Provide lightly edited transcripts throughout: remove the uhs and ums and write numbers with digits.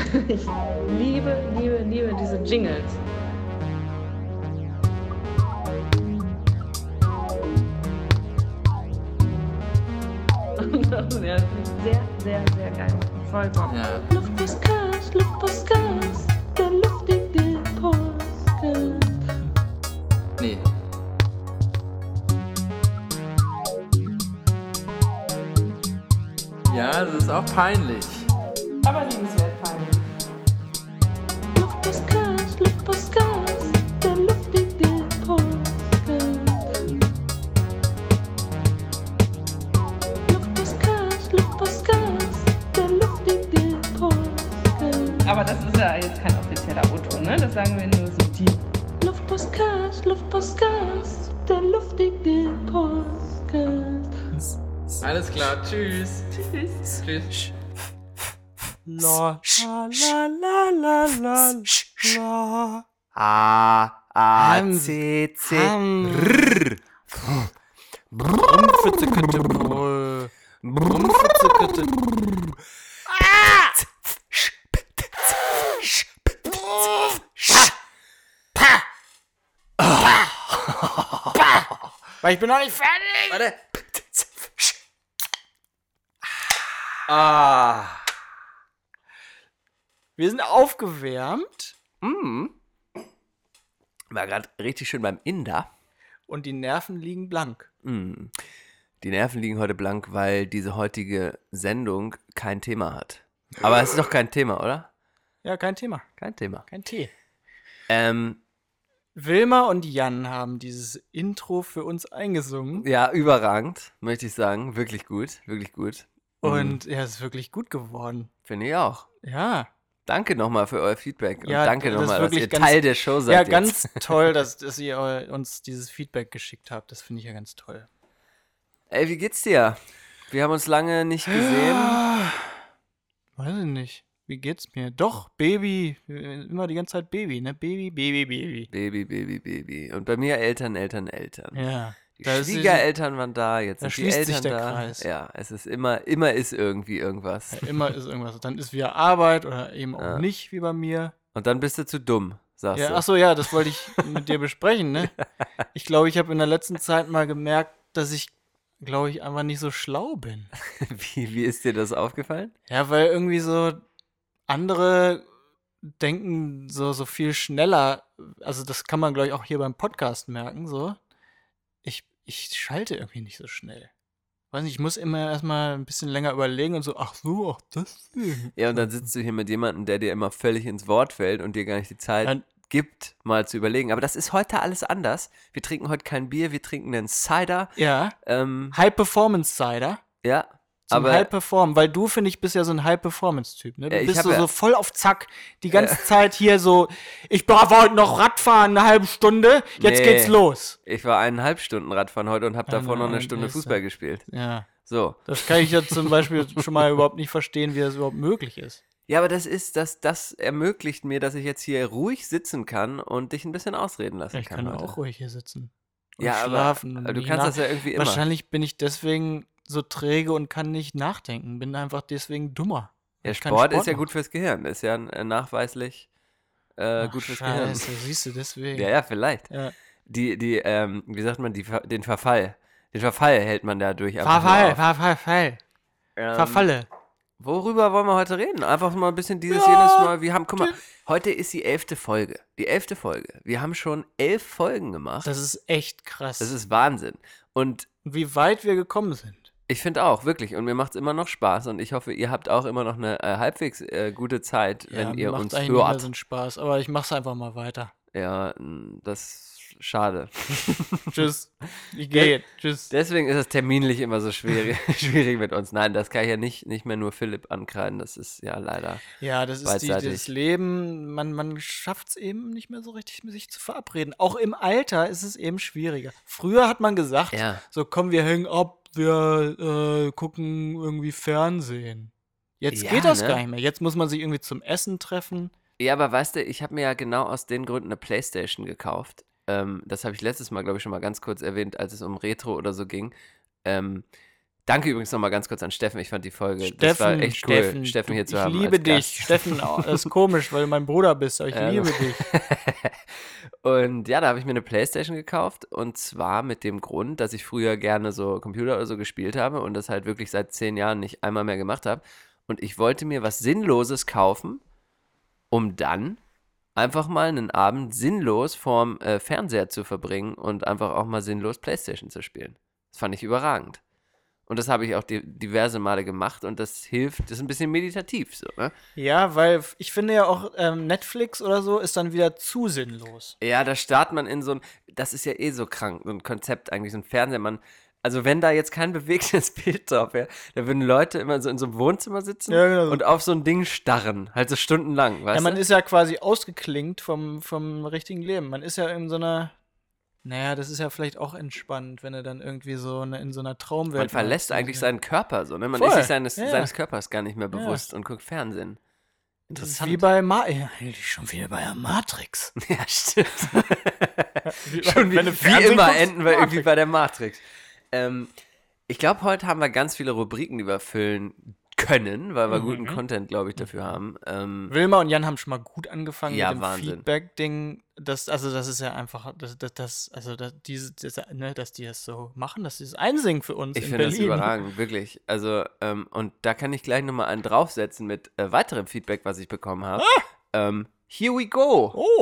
Ich liebe diese Jingles. Ja, sehr geil. Voll Bock. Ja. Luftpostcast, der luftige Podcast. Nee. Ja, das ist auch peinlich. Aber liebenswert peinlich. Luftpostcast, der luftige Podcast. Luftpostcast, der luftige Podcast. Aber das ist ja jetzt kein offizieller O-Ton, ne? Das sagen wir nur so die. Luftpostcast, der luftige Podcast. Alles klar, tschüss. Tschüss. La la la la la la. A A C C R. Weil ich bin noch nicht fertig. Warte. Wir sind aufgewärmt War gerade richtig schön beim Inder. und die Nerven liegen blank. Die Nerven liegen heute blank, weil diese heutige Sendung kein Thema hat. Aber es ist doch kein Thema, oder? Ja, kein Thema. Kein Thema. Kein Tee. Wilma und Jan haben dieses Intro für uns eingesungen. Ja, überragend, möchte ich sagen. Wirklich gut, wirklich gut. Und ja, es ist wirklich gut geworden. Finde ich auch. Ja. Danke nochmal für euer Feedback. Und Ja, danke das ist nochmal, dass wirklich ihr ganz- Teil der Show seid Ja, jetzt. ganz toll, dass ihr uns dieses Feedback geschickt habt. Das finde ich ja ganz toll. Ey, wie geht's dir? Wir haben uns lange nicht gesehen. Weiß ich nicht. Wie geht's mir? Doch, Baby. Immer die ganze Zeit Baby, ne? Baby. Baby. Und bei mir Eltern. Ja. Die Da ist Schwiegereltern waren da, jetzt da sind die schließt sich Eltern der da. Kreis. Ja, es ist immer ist irgendwie irgendwas. Immer ist irgendwas. Dann ist wieder Arbeit oder eben auch Ja. nicht, wie bei mir. Und dann bist du zu dumm, sagst Ja, du. achso, ja, das wollte ich mit dir besprechen, ne? Ich glaube, ich habe in der letzten Zeit mal gemerkt, dass ich, glaube ich, einfach nicht so schlau bin. Wie ist dir das aufgefallen? Ja, weil irgendwie so andere denken so viel schneller. Also das kann man, glaube ich, auch hier beim Podcast merken, so. Ich schalte irgendwie nicht so schnell. Weiß nicht, ich muss immer erstmal ein bisschen länger überlegen und so, ach deswegen. Ja, und dann sitzt du hier mit jemandem, der dir immer völlig ins Wort fällt und dir gar nicht die Zeit Dann- gibt, mal zu überlegen. Aber das ist heute alles anders. Wir trinken heute kein Bier, wir trinken einen Cider. Ja, Ähm, High-Performance-Cider. ja, Zum aber High-Perform, weil du, finde ich, bist ja so ein High-Performance-Typ, ne? Du Ja, ich bist hab so, ja- so voll auf Zack, die ganze Zeit hier so, ich darf heute noch Radfahren, eine halbe Stunde, jetzt Nee. geht's los. ich war 1,5 Stunden Radfahren heute und habe davor noch eine nein, Stunde das ist Fußball ja- gespielt. Ja, So. das kann ich ja zum Beispiel schon mal überhaupt nicht verstehen, wie das überhaupt möglich ist. Ja, aber das ermöglicht mir, dass ich jetzt hier ruhig sitzen kann und dich ein bisschen ausreden lassen Ich kann. kann heute. auch ruhig hier sitzen und Ja, schlafen. aber und du nicht kannst das ja irgendwie immer. Wahrscheinlich bin ich deswegen so träge und kann nicht nachdenken, bin einfach deswegen dummer. Ja, Ich kann Sport ist ja machen. gut fürs Gehirn. Ist ja nachweislich Ach, gut fürs Scheiße, Gehirn. siehst du, deswegen. Ja, vielleicht. Ja. Wie sagt man, den Verfall. Den Verfall hält man dadurch einfach nur auf. Verfalle. Worüber wollen wir heute reden? Einfach mal ein bisschen jenes Mal. Guck mal, heute ist die 11. Folge. Die 11. Folge. Wir haben schon 11 Folgen gemacht. Das ist echt krass. Das ist Wahnsinn. Und Wie weit wir gekommen sind. ich finde auch, wirklich. Und mir macht es immer noch Spaß. Und ich hoffe, ihr habt auch immer noch eine halbwegs gute Zeit, wenn ihr macht uns eigentlich nicht mehr hört. so einen Spaß, aber ich mach's einfach mal weiter. Ja, das ist schade. Tschüss. Ich gehe. Tschüss. Deswegen ist es terminlich immer so schwierig mit uns. Nein, das kann ich ja nicht mehr nur Philipp ankreiden. Das ist ja leider. Ja, das ist beidseitig. das Leben. Man schafft es eben nicht mehr so richtig, sich zu verabreden. Auch im Alter ist es eben schwieriger. Früher hat man gesagt, Ja. so komm, wir hängen ab, wir gucken irgendwie Fernsehen. Jetzt Ja, geht das ne? gar nicht mehr. Jetzt muss man sich irgendwie zum Essen treffen. Ja, aber weißt du, ich habe mir ja genau aus den Gründen eine Playstation gekauft. Das habe ich letztes Mal, glaube ich, schon mal ganz kurz erwähnt, als es um Retro oder so ging. Danke übrigens nochmal ganz kurz an Steffen. Ich fand die Folge, das war echt cool, Steffen hier zu haben. Ich liebe als dich. Gast. Steffen, das ist komisch, weil du mein Bruder bist, aber ich liebe dich. Und ja, da habe ich mir eine Playstation gekauft und zwar mit dem Grund, dass ich früher gerne so Computer oder so gespielt habe und das halt wirklich seit 10 Jahren nicht einmal mehr gemacht habe. Und ich wollte mir was Sinnloses kaufen, um dann einfach mal einen Abend sinnlos vorm Fernseher zu verbringen und einfach auch mal sinnlos Playstation zu spielen. Das fand ich überragend. Und das habe ich auch diverse Male gemacht und das hilft, das ist ein bisschen meditativ so, ne? Ja, weil ich finde ja auch Netflix oder so ist dann wieder zu sinnlos. Ja, da startet man in so ein, das ist ja eh so krank, so ein Konzept eigentlich, so ein Fernseher, also wenn da jetzt kein bewegtes Bild drauf wäre, da würden Leute immer so in so einem Wohnzimmer sitzen und auf so ein Ding starren, halt so stundenlang, weißt du? Ja, man ist ja quasi ausgeklinkt vom richtigen Leben. Man ist ja in so einer, naja, das ist ja vielleicht auch entspannt, wenn er dann irgendwie so in so einer Traumwelt. Man verlässt eigentlich seinen Körper so, ne? Man Voll, ist sich seines Körpers gar nicht mehr bewusst und guckt Fernsehen. Das ist wie bei schon wieder bei der Matrix. Ja, stimmt. Schon wie immer enden wir irgendwie bei der Matrix. Ich glaube, heute haben wir ganz viele Rubriken, die wir füllen können, weil wir guten Content, glaube ich, dafür haben. Wilma und Jan haben schon mal gut angefangen ja, mit dem Wahnsinn. Feedback-Ding. Das ist ja einfach, dass die das so machen, dass sie es einsingen für uns Ich in finde das Berlin. überragend, wirklich. Also, und da kann ich gleich nochmal einen draufsetzen mit weiterem Feedback, was ich bekommen habe. Here we go! Oh!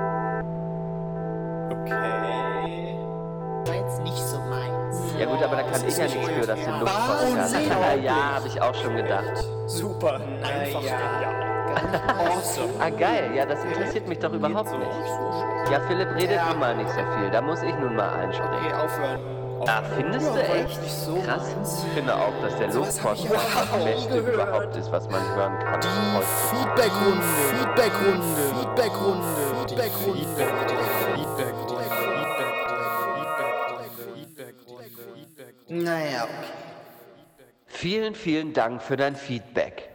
War jetzt nicht so meins. Ja gut, aber da kann ich ja nichts für, dass den Luftpodcast. Ja, habe ich auch schon gedacht. Super, einfach Awesome. Ah, geil. Ja, das interessiert mich doch überhaupt nicht. Ja, Philipp redet nun mal nicht so viel. Da muss ich nun mal einspringen. Aufhören. Ah, findest du echt? Krass. Ich finde auch, dass der Luftpodcast das Beste überhaupt ist, was man hören kann. Naja, okay. Vielen, vielen Dank für dein Feedback.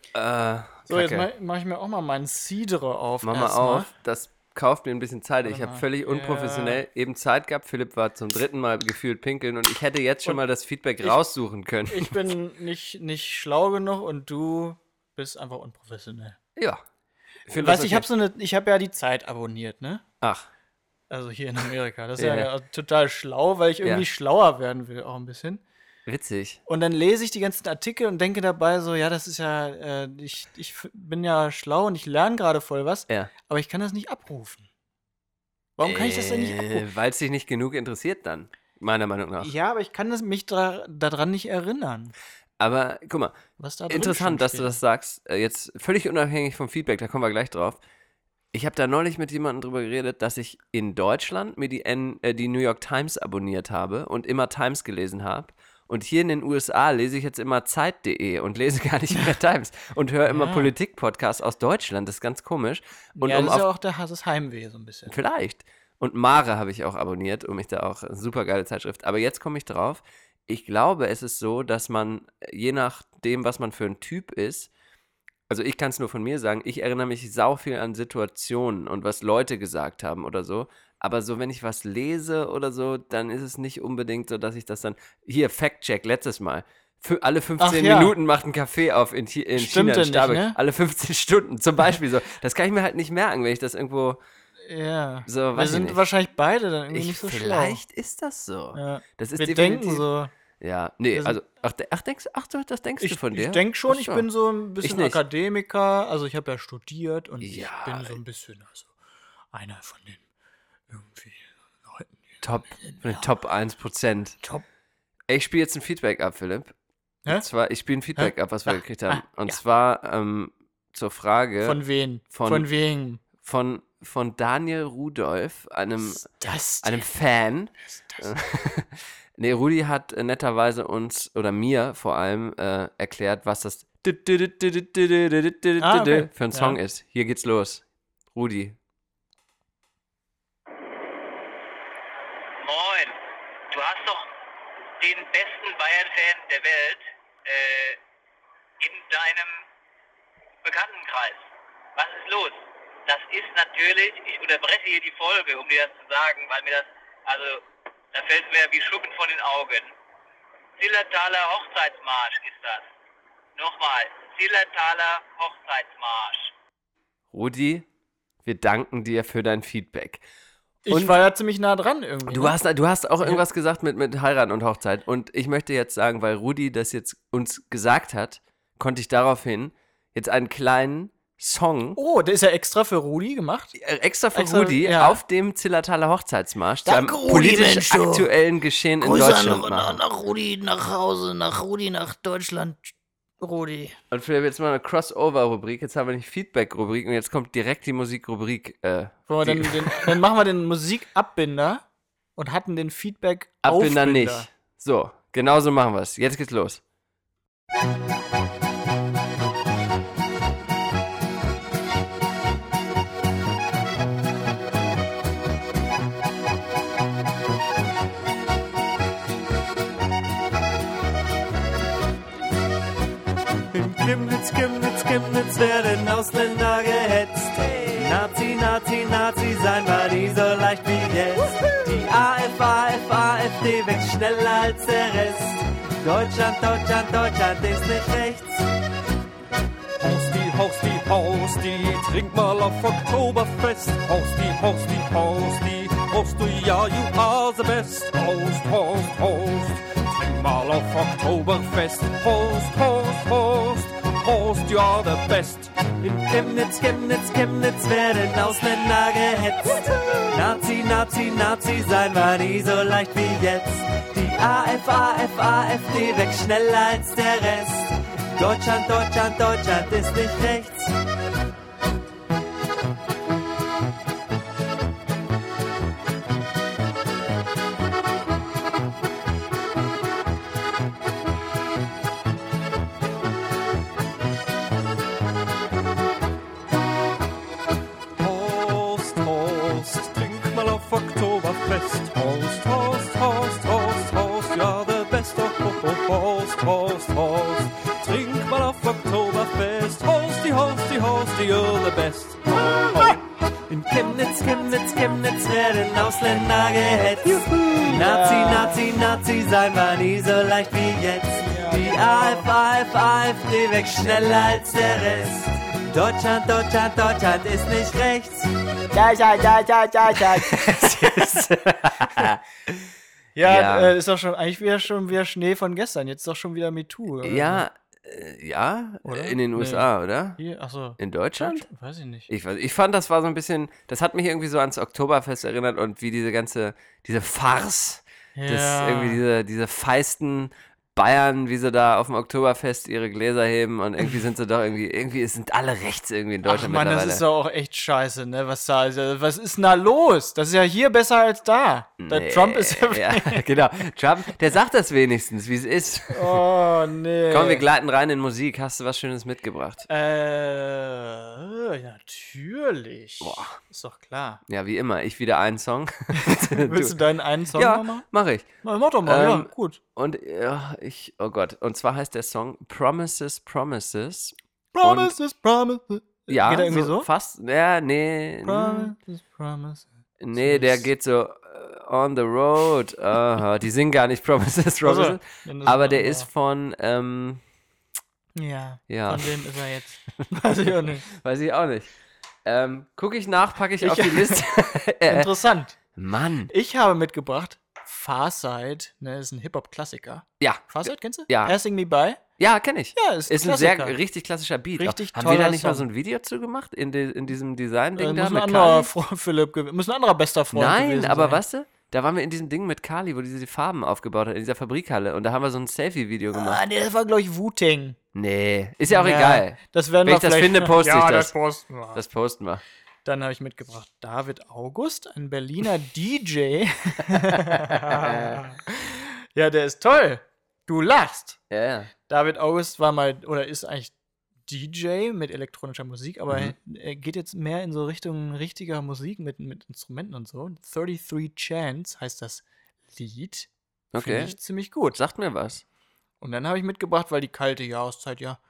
So, jetzt mach ich mir auch mal meinen Cidre auf. Mach mal auf. Das kauft mir ein bisschen Zeit. Ich habe völlig unprofessionell eben Zeit gehabt. Philipp war zum 3. Mal gefühlt pinkeln und ich hätte jetzt schon mal das Feedback raussuchen können. Ich bin nicht schlau genug und du bist einfach unprofessionell. Ja. Weißt du, ich habe ja die Zeit abonniert, ne? Ach. Also hier in Amerika. Das ist ja total schlau, weil ich irgendwie schlauer werden will, auch ein bisschen. Witzig. Und dann lese ich die ganzen Artikel und denke dabei so, ja, das ist ja, ich bin ja schlau und ich lerne gerade voll was, aber ich kann das nicht abrufen. Warum kann ich das denn nicht abrufen? Weil es dich nicht genug interessiert dann, meiner Meinung nach. Ja, aber ich kann mich daran nicht erinnern. Aber guck mal, Was da drin interessant, dass du steht. das sagst. Jetzt völlig unabhängig vom Feedback, da kommen wir gleich drauf. Ich habe da neulich mit jemandem drüber geredet, dass ich in Deutschland mir die New York Times abonniert habe und immer Times gelesen habe. Und hier in den USA lese ich jetzt immer Zeit.de und lese gar nicht mehr Times und höre immer Politik-Podcasts aus Deutschland. Das ist ganz komisch. Und ja, das ist ja auch das Heimweh so ein bisschen. Vielleicht. Und Mare habe ich auch abonniert, um mich da auch, super geile Zeitschrift. Aber jetzt komme ich drauf. Ich glaube, es ist so, dass man, je nachdem, was man für ein Typ ist, also ich kann es nur von mir sagen, ich erinnere mich sau viel an Situationen und was Leute gesagt haben oder so. Aber so, wenn ich was lese oder so, dann ist es nicht unbedingt so, dass ich das dann, hier, Fact-Check, letztes Mal, für alle 15 Minuten macht ein Café auf in China, in Starbucks. Ne? Alle 15 Stunden, zum Beispiel so. Das kann ich mir halt nicht merken, wenn ich das irgendwo, so, wir sind wahrscheinlich beide dann irgendwie nicht so schlau. Vielleicht ist das so. Ja. Das ist wir definitiv, denken so. Ja, nee, also, das denkst du von dir? Ich denke schon, Ach ich so. bin so ein bisschen nicht. Akademiker, also ich habe ja studiert und ich Ja. bin so ein bisschen, also einer von den irgendwie Leuten. Von den Top 1%. Top. Ich spiele jetzt ein Feedback ab, Philipp. Hä? Und zwar, ich spiele ein Feedback ab, was wir gekriegt haben. Und zwar zur Frage Von wem? Von wem? von Daniel Rudolph, einem Einem Fan. Nee, Rudi hat netterweise uns, oder mir vor allem, erklärt, was das für ein Song ist. Hier geht's los. Rudi. Moin, du hast doch den besten Bayern-Fan der Welt in deinem Bekanntenkreis. Was ist los? Das ist natürlich, ich unterbreche hier die Folge, um dir das zu sagen, weil mir das, also, da fällt mir wie Schuppen von den Augen. Zillertaler Hochzeitsmarsch ist das. Nochmal, Zillertaler Hochzeitsmarsch. Rudi, wir danken dir für dein Feedback. Ich war ja ziemlich nah dran irgendwie. Du hast auch irgendwas gesagt mit Heiraten und Hochzeit. Und ich möchte jetzt sagen, weil Rudi das jetzt uns gesagt hat, konnte ich daraufhin jetzt einen kleinen Song Oh, der ist ja extra für Rudi gemacht. extra für Extra, Rudi ja. auf dem Zillertaler Hochzeitsmarsch zu Danke, einem Rudi, politisch Mensch, du. aktuellen Geschehen in Grüße Deutschland an, machen. nach Rudi nach Hause, nach Rudi nach Deutschland. Rudi. Und Philipp, jetzt mal eine Crossover-Rubrik. Jetzt haben wir nicht Feedback-Rubrik und jetzt kommt direkt die Musik-Rubrik. Wollen wir dann machen wir den Musikabbinder und hatten den Feedback Abbinder Aufbinder. nicht. So, genau so machen wir es. Jetzt geht's los. In Chemnitz werden Ausländer gehetzt. Nazi, Nazi, Nazi sein war nie so leicht wie jetzt. Die AfD wächst schneller als der Rest. Deutschland ist nicht rechts. Hosti, trink mal auf Oktoberfest. Hosti, Prost, du ja, you are the best. Prost, trink mal auf Oktoberfest. Prost, you are the best. In Chemnitz werden Ausländer gehetzt. Nazi sein war nie so leicht wie jetzt. Die AfD wächst schneller als der Rest. Deutschland ist nicht rechts. Prost, trink mal auf Oktoberfest. Prost, ja, the best. Prost, trink mal auf Oktoberfest. Hosti, you're the best. In Chemnitz werden Ausländer gehetzt. Nazi sein war nie so leicht wie jetzt. Die AfD wächst schneller als der Rest. Deutschland ist nicht rechts. Ja, ist doch schon eigentlich wieder Schnee von gestern. Jetzt ist doch schon wieder MeToo. oder? Ja, Oder? in den Nee. USA, oder? Hier, achso. In Deutschland? Weiß ich nicht. Ich fand, das war so ein bisschen, das hat mich irgendwie so ans Oktoberfest erinnert und wie diese Farce, irgendwie diese feisten Bayern, wie sie da auf dem Oktoberfest ihre Gläser heben und irgendwie sind sie doch irgendwie sind alle rechts irgendwie in Ach Deutschland Mann, das mittlerweile. ist doch auch echt scheiße, ne? Was ist denn da los? Das ist ja hier besser als da. Der Trump ist ja, genau. Trump, der sagt das wenigstens, wie es ist. Oh, nee. Komm, wir gleiten rein in Musik. Hast du was Schönes mitgebracht? Natürlich. Boah. Ist doch klar. Ja, wie immer. Ich wieder einen Song. Willst du deinen einen Song Ja, noch machen? mach ich. Mach doch mal, ja, gut. Und oh Gott. Und zwar heißt der Song Promises. Promises. Ja, Geht er irgendwie so? Fast. Ja, nee. Promises. Nee, der geht so On the Road. Aha, die singen gar nicht Promises. Also, Aber der ist von, Ja, Ja. von wem ist er jetzt? Weiß ich auch nicht. weiß ich auch nicht. Gucke ich nach, packe ich auf die Liste. Interessant. Mann. Ich habe mitgebracht Farside, ne, ist ein Hip-Hop-Klassiker. Ja. Farside, kennst du? Ja. Passing Me By? Ja, kenne ich. Ja, ist ein Ist ein sehr Klassiker. richtig klassischer Beat. Richtig Haben wir da toller nicht mal so Song. ein Video zu gemacht in diesem Design-Ding da Muss ein mit anderer Kali? Philipp, muss ein anderer bester Freund Nein, gewesen aber sein. weißt du, da waren wir in diesem Ding mit Kali, wo die Farben aufgebaut hat, in dieser Fabrikhalle. Und da haben wir so ein Selfie-Video gemacht. Ah, das war, glaube ich, Wu-Tang. Nee, ist ja auch egal. Das werden Wenn wir ich das vielleicht- finde, poste ich das. posten wir. Das posten wir. Dann habe ich mitgebracht David August, ein Berliner DJ. Ja, der ist toll. Du lachst. Ja, ja. David August war mal, oder ist eigentlich DJ mit elektronischer Musik, aber Mhm. er geht jetzt mehr in so Richtung richtiger Musik mit Instrumenten und so. 33 Chance heißt das Lied. Finde Okay. ich ziemlich gut. Sagt mir was. Und dann habe ich mitgebracht, weil die kalte Jahreszeit ja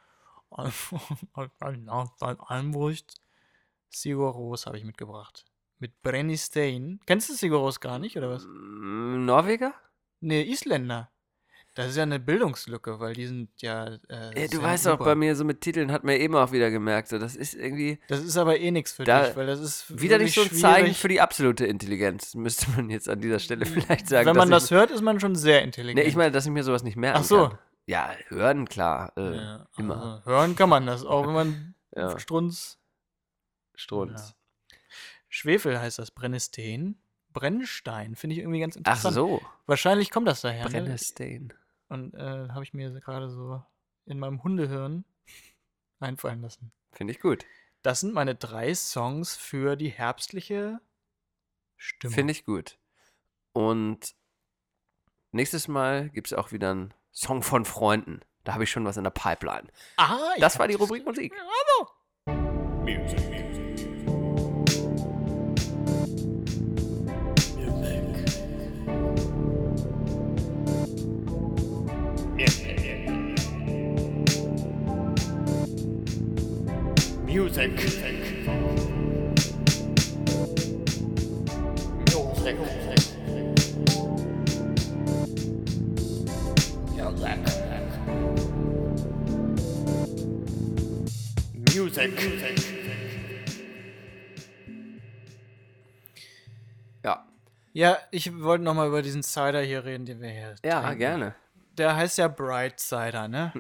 einbricht. Sigur Rós habe ich mitgebracht. Mit Brenny Stein. Kennst du Sigur Rós gar nicht, oder was? Norweger? Nee, Isländer. Das ist ja eine Bildungslücke, weil die sind ja. Du weißt auch, bei mir so mit Titeln hat man eben auch wieder gemerkt, so, das ist irgendwie. Das ist aber eh nichts für Da- dich, weil das ist. Wieder nicht so ein wirklich Zeichen schwierig. für die absolute Intelligenz, müsste man jetzt an dieser Stelle vielleicht sagen. Wenn man dass das hört, ist man schon sehr intelligent. ich meine, dass ich mir sowas nicht merken Ach so. kann. Ja, hören, klar. Ja, immer. also hören kann man das, auch wenn man Ja. Strunz. Strunz. Schwefel heißt das, Brennestein. Brennstein, finde ich irgendwie ganz Ach interessant. so. Wahrscheinlich kommt das daher. Ne? Brennestein. Und habe ich mir gerade so in meinem Hundehirn einfallen lassen. Finde ich gut. Das sind meine 3 Songs für die herbstliche Stimmung. Finde ich gut. Und nächstes Mal gibt es auch wieder einen Song von Freunden. Da habe ich schon was in der Pipeline. Ich Das hab war die Rubrik Musik. Ja. Ja, ich wollte noch mal über diesen Cider hier reden, den wir hier Ja, trinken. gerne. Der heißt ja Bright Cider, ne?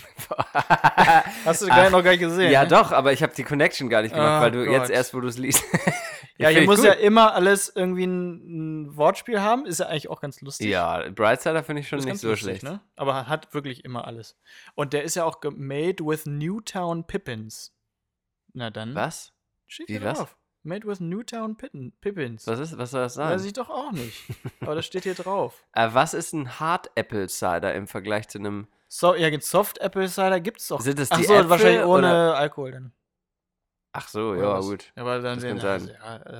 Hast du noch gar nicht gesehen? Ja, ne? doch, aber ich habe die Connection gar nicht gemacht, Oh weil du Gott. jetzt erst, wo du es liest. Ja, hier Find ich muss gut. ja immer alles irgendwie ein Wortspiel haben. Ist ja eigentlich auch ganz lustig. Ja, Brightsider finde ich schon Ist nicht ganz so lustig, schlecht. ne? Aber hat wirklich immer alles. Und der ist ja auch made with Newtown Pippins. Na dann. Was? Steht Wie, hier was? drauf. Made with Newtown Pippins. Was soll das sein? Weiß ich doch auch nicht. Aber das steht hier drauf. Was ist ein Hard Apple Cider im Vergleich zu einem. So, ja, Soft Apple Cider gibt's doch. Sind es Ach die so, Äpfel wahrscheinlich ohne oder- Alkohol dann. Ach so, Oder ja, was? gut. Aber dann Das kann sehen sein. ja,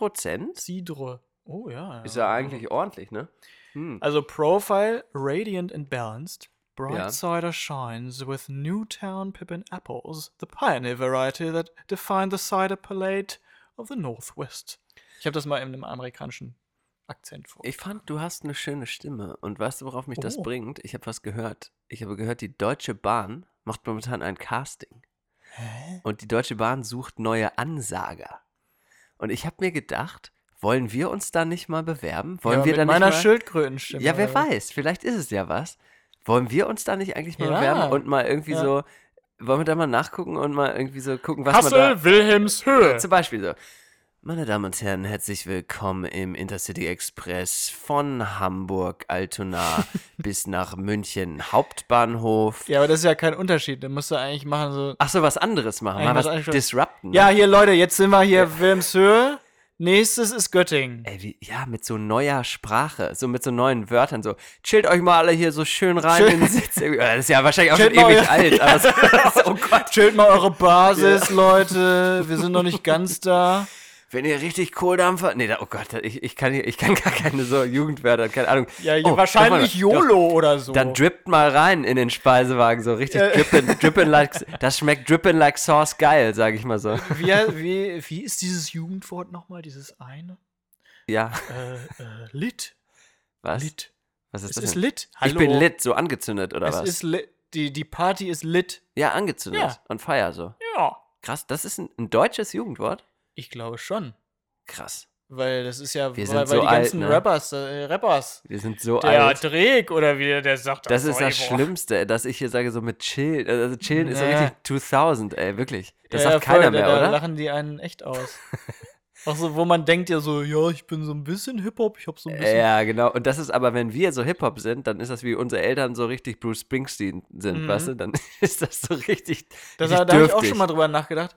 6%? Cidre. Oh ja. Ist ja eigentlich ordentlich, ne? Also Profile, radiant and balanced. Bright Ja. cider shines with Newtown Pippin apples, the pioneer variety that defined the cider palate of the Northwest. Ich habe das mal in einem amerikanischen Akzent vor. Ich fand, du hast eine schöne Stimme. Und weißt du, worauf mich das Oh. bringt? Ich habe was gehört. Ich habe gehört, die Deutsche Bahn macht momentan ein Casting. Hä? Und die Deutsche Bahn sucht neue Ansager. Und ich habe mir gedacht, wollen wir uns da nicht mal bewerben? Wollen Ja, wir mit da nicht meiner mal... Schildkrötenstimme. Ja, wer oder was? weiß, vielleicht ist es ja was. Wollen wir uns da nicht eigentlich mal Ja. bewerben und mal irgendwie Ja. so, wollen wir da mal nachgucken und mal irgendwie so gucken, was man da... Kassel, Wilhelmshöhe. Zum Beispiel so. Meine Damen und Herren, herzlich willkommen im Intercity Express von Hamburg, Altona bis nach München Hauptbahnhof. Ja, aber das ist ja kein Unterschied. Da musst du eigentlich machen so. Ach so, was anderes machen, mal Eigentlich was eigentlich schon- disrupten. Ja, hier Leute, jetzt sind wir hier Wilhelmshöhe. Nächstes ist Göttingen. Ey, mit so neuer Sprache, so mit so neuen Wörtern, so chillt euch mal alle hier so schön rein Chill- in den Sitz. Das ist ja wahrscheinlich auch schon Chillt mal ewig euer- alt, aber so, oh Gott. Chillt mal eure Basis, Leute. Wir sind noch nicht ganz da. Wenn ihr richtig Kohldampfer... Nee, oh Gott, ich kann gar keine so Jugendwörter, keine Ahnung. Ja, Oh, wahrscheinlich doch mal, YOLO oder so. Dann drippt mal rein in den Speisewagen, so richtig drippin' like, das schmeckt drippin' like sauce geil, sag ich mal so. Wie ist dieses Jugendwort nochmal, dieses eine? Ja, Lit. was? Lit. Was ist Es das ist denn? lit. Ich bin lit, so angezündet, oder Es was? ist lit. Die Party ist lit. Ja, angezündet. Ja. On fire, so. Ja. Krass, das ist ein deutsches Jugendwort? Ich glaube schon. Krass. Weil das ist ja, Wir weil sind so die alt, ganzen ne? Rappers. Wir sind so Der alt. Drake oder wie der sagt. Das ist das Boah. Schlimmste, dass ich hier sage, so mit Chill. Also Chillen ist so Nee. richtig 2000, ey, wirklich. Das Ja, sagt voll, keiner mehr, da oder? lachen die einen echt aus. Auch so, wo man denkt ja so, ja, ich bin so ein bisschen Hip-Hop, ich hab so ein bisschen... Ja, genau. Und das ist aber, wenn wir so Hip-Hop sind, dann ist das wie unsere Eltern so richtig Bruce Springsteen sind, weißt du? Dann ist das so richtig, da richtig habe ich auch dürftig. schon mal drüber nachgedacht.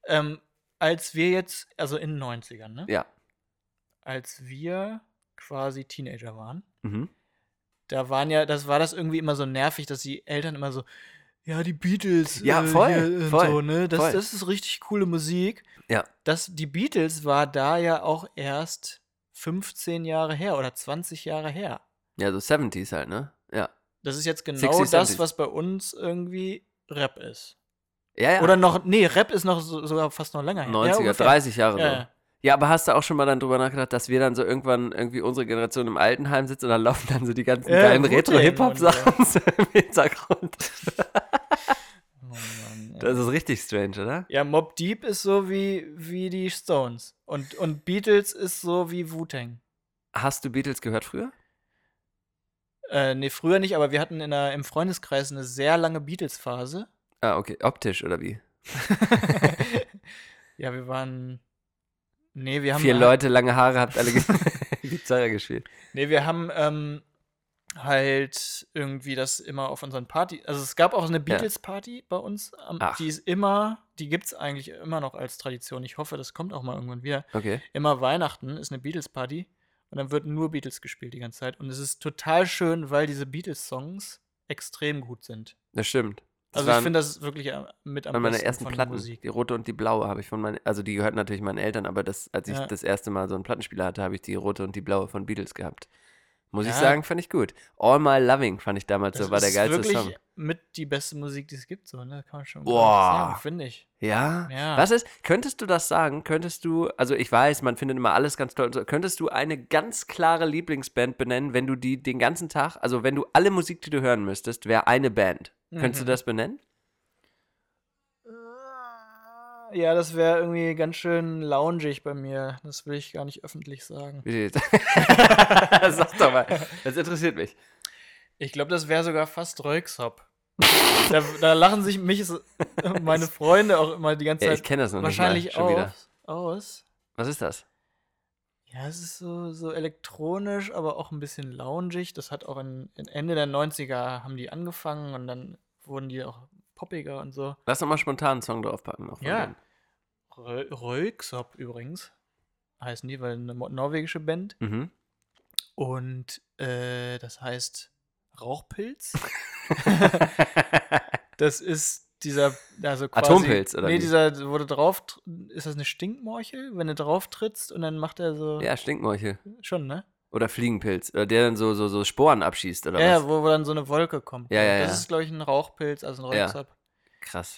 Als wir jetzt, also in den 90ern, ne? Ja. Als wir quasi Teenager waren, Mhm. da war das irgendwie immer so nervig, dass die Eltern immer so, ja, die Beatles, Ja, voll, hier und voll, so, ne? voll. Das ist richtig coole Musik. Ja. Die Beatles war da ja auch erst 15 Jahre her oder 20 Jahre her. Ja, so 70s halt, ne? Ja. Das ist jetzt genau 60s, das, 70s. was bei uns irgendwie Rap ist. Ja, ja. Oder noch, nee, Rap ist noch sogar fast noch länger her. 90er, ungefähr. 30 Jahre Ja, so. ja. Ja, aber hast du auch schon mal dann drüber nachgedacht, dass wir dann so irgendwann irgendwie unsere Generation im Altenheim sitzt und dann laufen dann so die ganzen geilen Wu-Tang Retro-Hip-Hop-Sachen so im Hintergrund? Oh Mann, ey. Das ist richtig strange, oder? Ja, Mobb Deep ist so wie die Stones. Und Beatles ist so wie Wu-Tang. Hast du Beatles gehört früher? Nee, früher nicht, aber wir hatten im Freundeskreis eine sehr lange Beatles-Phase. Ah, okay. Optisch oder wie? Ja, wir waren. Nee, wir haben. 4 Leute, lange Haare, habt alle Gitarre gespielt. Nee, wir haben halt irgendwie das immer auf unseren Party. Also es gab auch eine Beatles-Party bei uns. Ach. Die gibt's eigentlich immer noch als Tradition. Ich hoffe, das kommt auch mal irgendwann wieder. Okay. Immer Weihnachten ist eine Beatles-Party und dann wird nur Beatles gespielt die ganze Zeit. Und es ist total schön, weil diese Beatles-Songs extrem gut sind. Das stimmt. Also ich finde, das ist wirklich mit am Von meiner besten ersten von Platten, Musik. die rote und die blaue, habe ich von meinen, also die gehörten natürlich meinen Eltern, aber als ich Ja. das erste Mal so einen Plattenspieler hatte, habe ich die rote und die blaue von Beatles gehabt. Muss ich Ja. sagen, fand ich gut. All My Loving fand ich damals so, war der geilste wirklich Song. mit die beste Musik, die es gibt, so, ne? Kann man schon Boah. sagen, finde ich. Ja? Ja. Was ist, könntest du das sagen? Könntest du, also ich weiß, man findet immer alles ganz toll und so, könntest du eine ganz klare Lieblingsband benennen, wenn du die den ganzen Tag, also wenn du alle Musik, die du hören müsstest, wäre eine Band. Könntest du das benennen? Ja, das wäre irgendwie ganz schön loungig bei mir. Das will ich gar nicht öffentlich sagen. Sag doch mal, das interessiert mich. Ich glaube, das wäre sogar fast Rölksop. da lachen sich meine Freunde auch immer die ganze Ja, Zeit ich kenne das noch wahrscheinlich nicht mal, schon wieder. aus. Was ist das? Ja, es ist so elektronisch, aber auch ein bisschen loungig. Das hat auch in Ende der 90er haben die angefangen und dann wurden die auch poppiger und so. Lass doch mal spontan einen Song draufpacken. Noch von Ja. denen. Rölksop übrigens heißen die, weil eine norwegische Band. Mhm. Und das heißt Rauchpilz. Das ist dieser, also quasi. Atompilz, oder Nee, wie? dieser, wo du drauf, ist das eine Stinkmorchel, wenn du drauf trittst und dann macht er so. Ja, Stinkmorchel. Schon, ne? Oder Fliegenpilz. Oder der dann so Sporen abschießt, oder Ja, was? wo dann so eine Wolke kommt. Ja, Das ja. ist, glaube ich, ein Rauchpilz, also ein Ja. Rauchsop. Krass.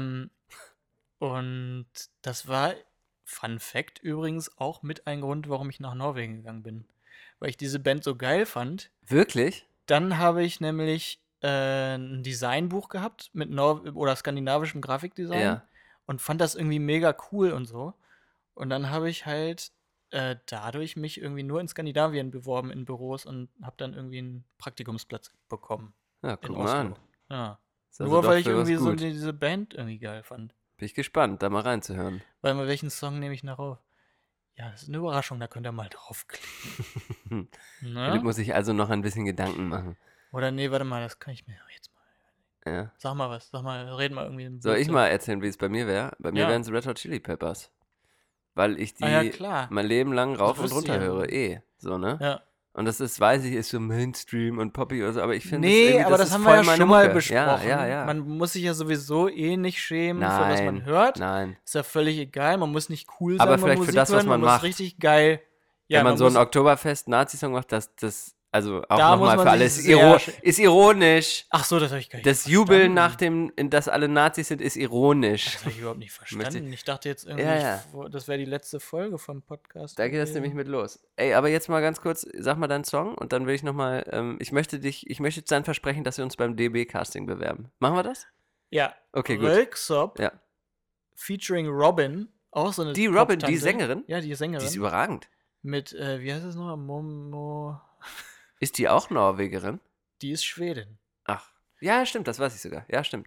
Und das war, Fun Fact übrigens, auch mit ein Grund, warum ich nach Norwegen gegangen bin. Weil ich diese Band so geil fand. Wirklich? Dann habe ich nämlich ein Designbuch gehabt mit oder skandinavischem Grafikdesign Ja. und fand das irgendwie mega cool und so. Und dann habe ich halt dadurch mich irgendwie nur in Skandinavien beworben in Büros und habe dann irgendwie einen Praktikumsplatz bekommen Ja, in guck Oslo. mal an. Ja. Ist also Nur doch weil ich für was irgendwie so gut. diese Band irgendwie geil fand. Bin ich gespannt, da mal reinzuhören. Weil mal welchen Song nehme ich nach auf? Ja, das ist eine Überraschung, da könnt ihr mal draufklicken. Philipp Ne? muss sich also noch ein bisschen Gedanken machen. Oder nee, warte mal, das kann ich mir jetzt mal. Ja. Sag mal was, red mal irgendwie. Soll ich mal erzählen, wie es bei mir wäre? Bei mir Ja. wären es Red Hot Chili Peppers. Weil ich die Ah ja, klar. mein Leben lang rauf und wusste ich runter ja. höre. So, ne? Ja. Und das ist, weiß ich, ist so Mainstream und Poppy oder so, aber ich finde Nee, aber das ist haben voll wir ja meine schon mal Mucke. besprochen. Ja. Man muss sich ja sowieso nicht schämen für was man Nein, hört. nein. Ist ja völlig egal. Man muss nicht cool sein Aber beim vielleicht für Musik das, was hören. man muss macht. richtig geil. Ja, Wenn man so einen muss, Oktoberfest-Nazi-Song macht, also auch Da muss nochmal man für alle, sich ist, sehr ist ironisch. Ach so, das habe ich gar nicht Das verstanden. Jubeln nach in das alle Nazis sind, ist ironisch. Das habe ich überhaupt nicht verstanden. Möchte- Ich dachte jetzt irgendwie, Ja. das wäre die letzte Folge vom Podcast. Da geht das nämlich mit los. Ey, aber jetzt mal ganz kurz, sag mal deinen Song und dann will ich nochmal, ich möchte jetzt dein Versprechen, dass wir uns beim DB-Casting bewerben. Machen wir das? Ja. Okay, gut. Rölksop Ja. featuring Robin. Auch so eine Die Robin, die Poptante. Sängerin? Ja, die Sängerin. Die ist überragend. Mit, wie heißt es noch? Momo. Ist die auch Norwegerin? Die ist Schwedin. Ach. Ja, stimmt, das weiß ich sogar. Ja, stimmt.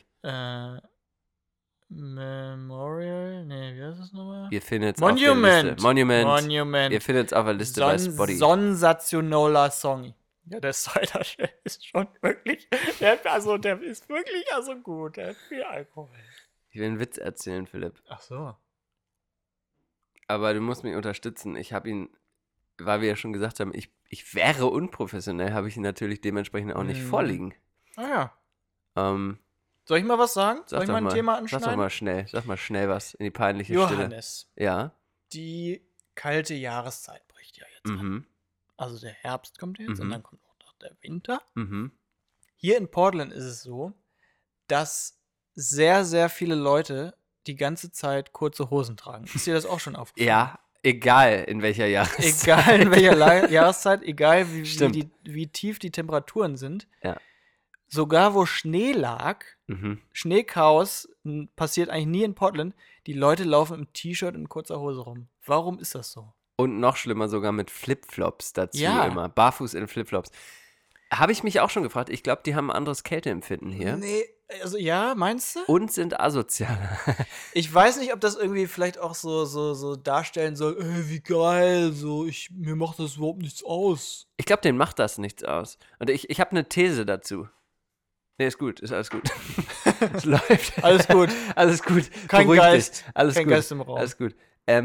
Memorial? Nee, wie heißt es nochmal? Ihr findet es auf der Monument. Liste. Monument. Monument. Ihr findet es auf der Liste bei Spotify. Sensationeller Song. Ja, der Cider ist schon wirklich, der ist wirklich gut. Der hat viel Alkohol. Ich will einen Witz erzählen, Philipp. Ach so. Aber du musst mich unterstützen. Ich habe ihn, weil wir ja schon gesagt haben, ich wäre unprofessionell, habe ich ihn natürlich dementsprechend auch nicht vorliegen. Ah ja. Ähm, Soll ich mal was sagen? Sag Soll ich doch mal ein mal, Thema Sag anschneiden? doch mal schnell was in die peinliche Stille. Johannes, Ja. die kalte Jahreszeit bricht ja jetzt an. Mhm. Also der Herbst kommt jetzt und Mhm. dann kommt auch noch der Winter. Mhm. Hier in Portland ist es so, dass sehr, sehr viele Leute die ganze Zeit kurze Hosen tragen. Ist dir das auch schon aufgefallen? Ja, Egal in welcher Jahreszeit. Egal in welcher Jahreszeit, egal Stimmt. wie tief die Temperaturen sind. Ja. Sogar wo Schnee lag, Schneechaos passiert eigentlich nie in Portland. Die Leute laufen im T-Shirt und kurzer Hose rum. Warum ist das so? Und noch schlimmer sogar mit Flipflops dazu Ja. immer. Barfuß in Flipflops. Habe ich mich auch schon gefragt. Ich glaube, die haben ein anderes Kälteempfinden hier. Nee, also ja, meinst du? Und sind asozialer. Ich weiß nicht, ob das irgendwie vielleicht auch so darstellen soll, wie geil, so, mir macht das überhaupt nichts aus. Ich glaube, denen macht das nichts aus. Und ich habe eine These dazu. Nee, ist gut, ist alles gut. Es läuft. Alles gut. Alles gut. Kein Beruhig Geist. dich. Alles Kein gut. Geist im Raum. Alles gut.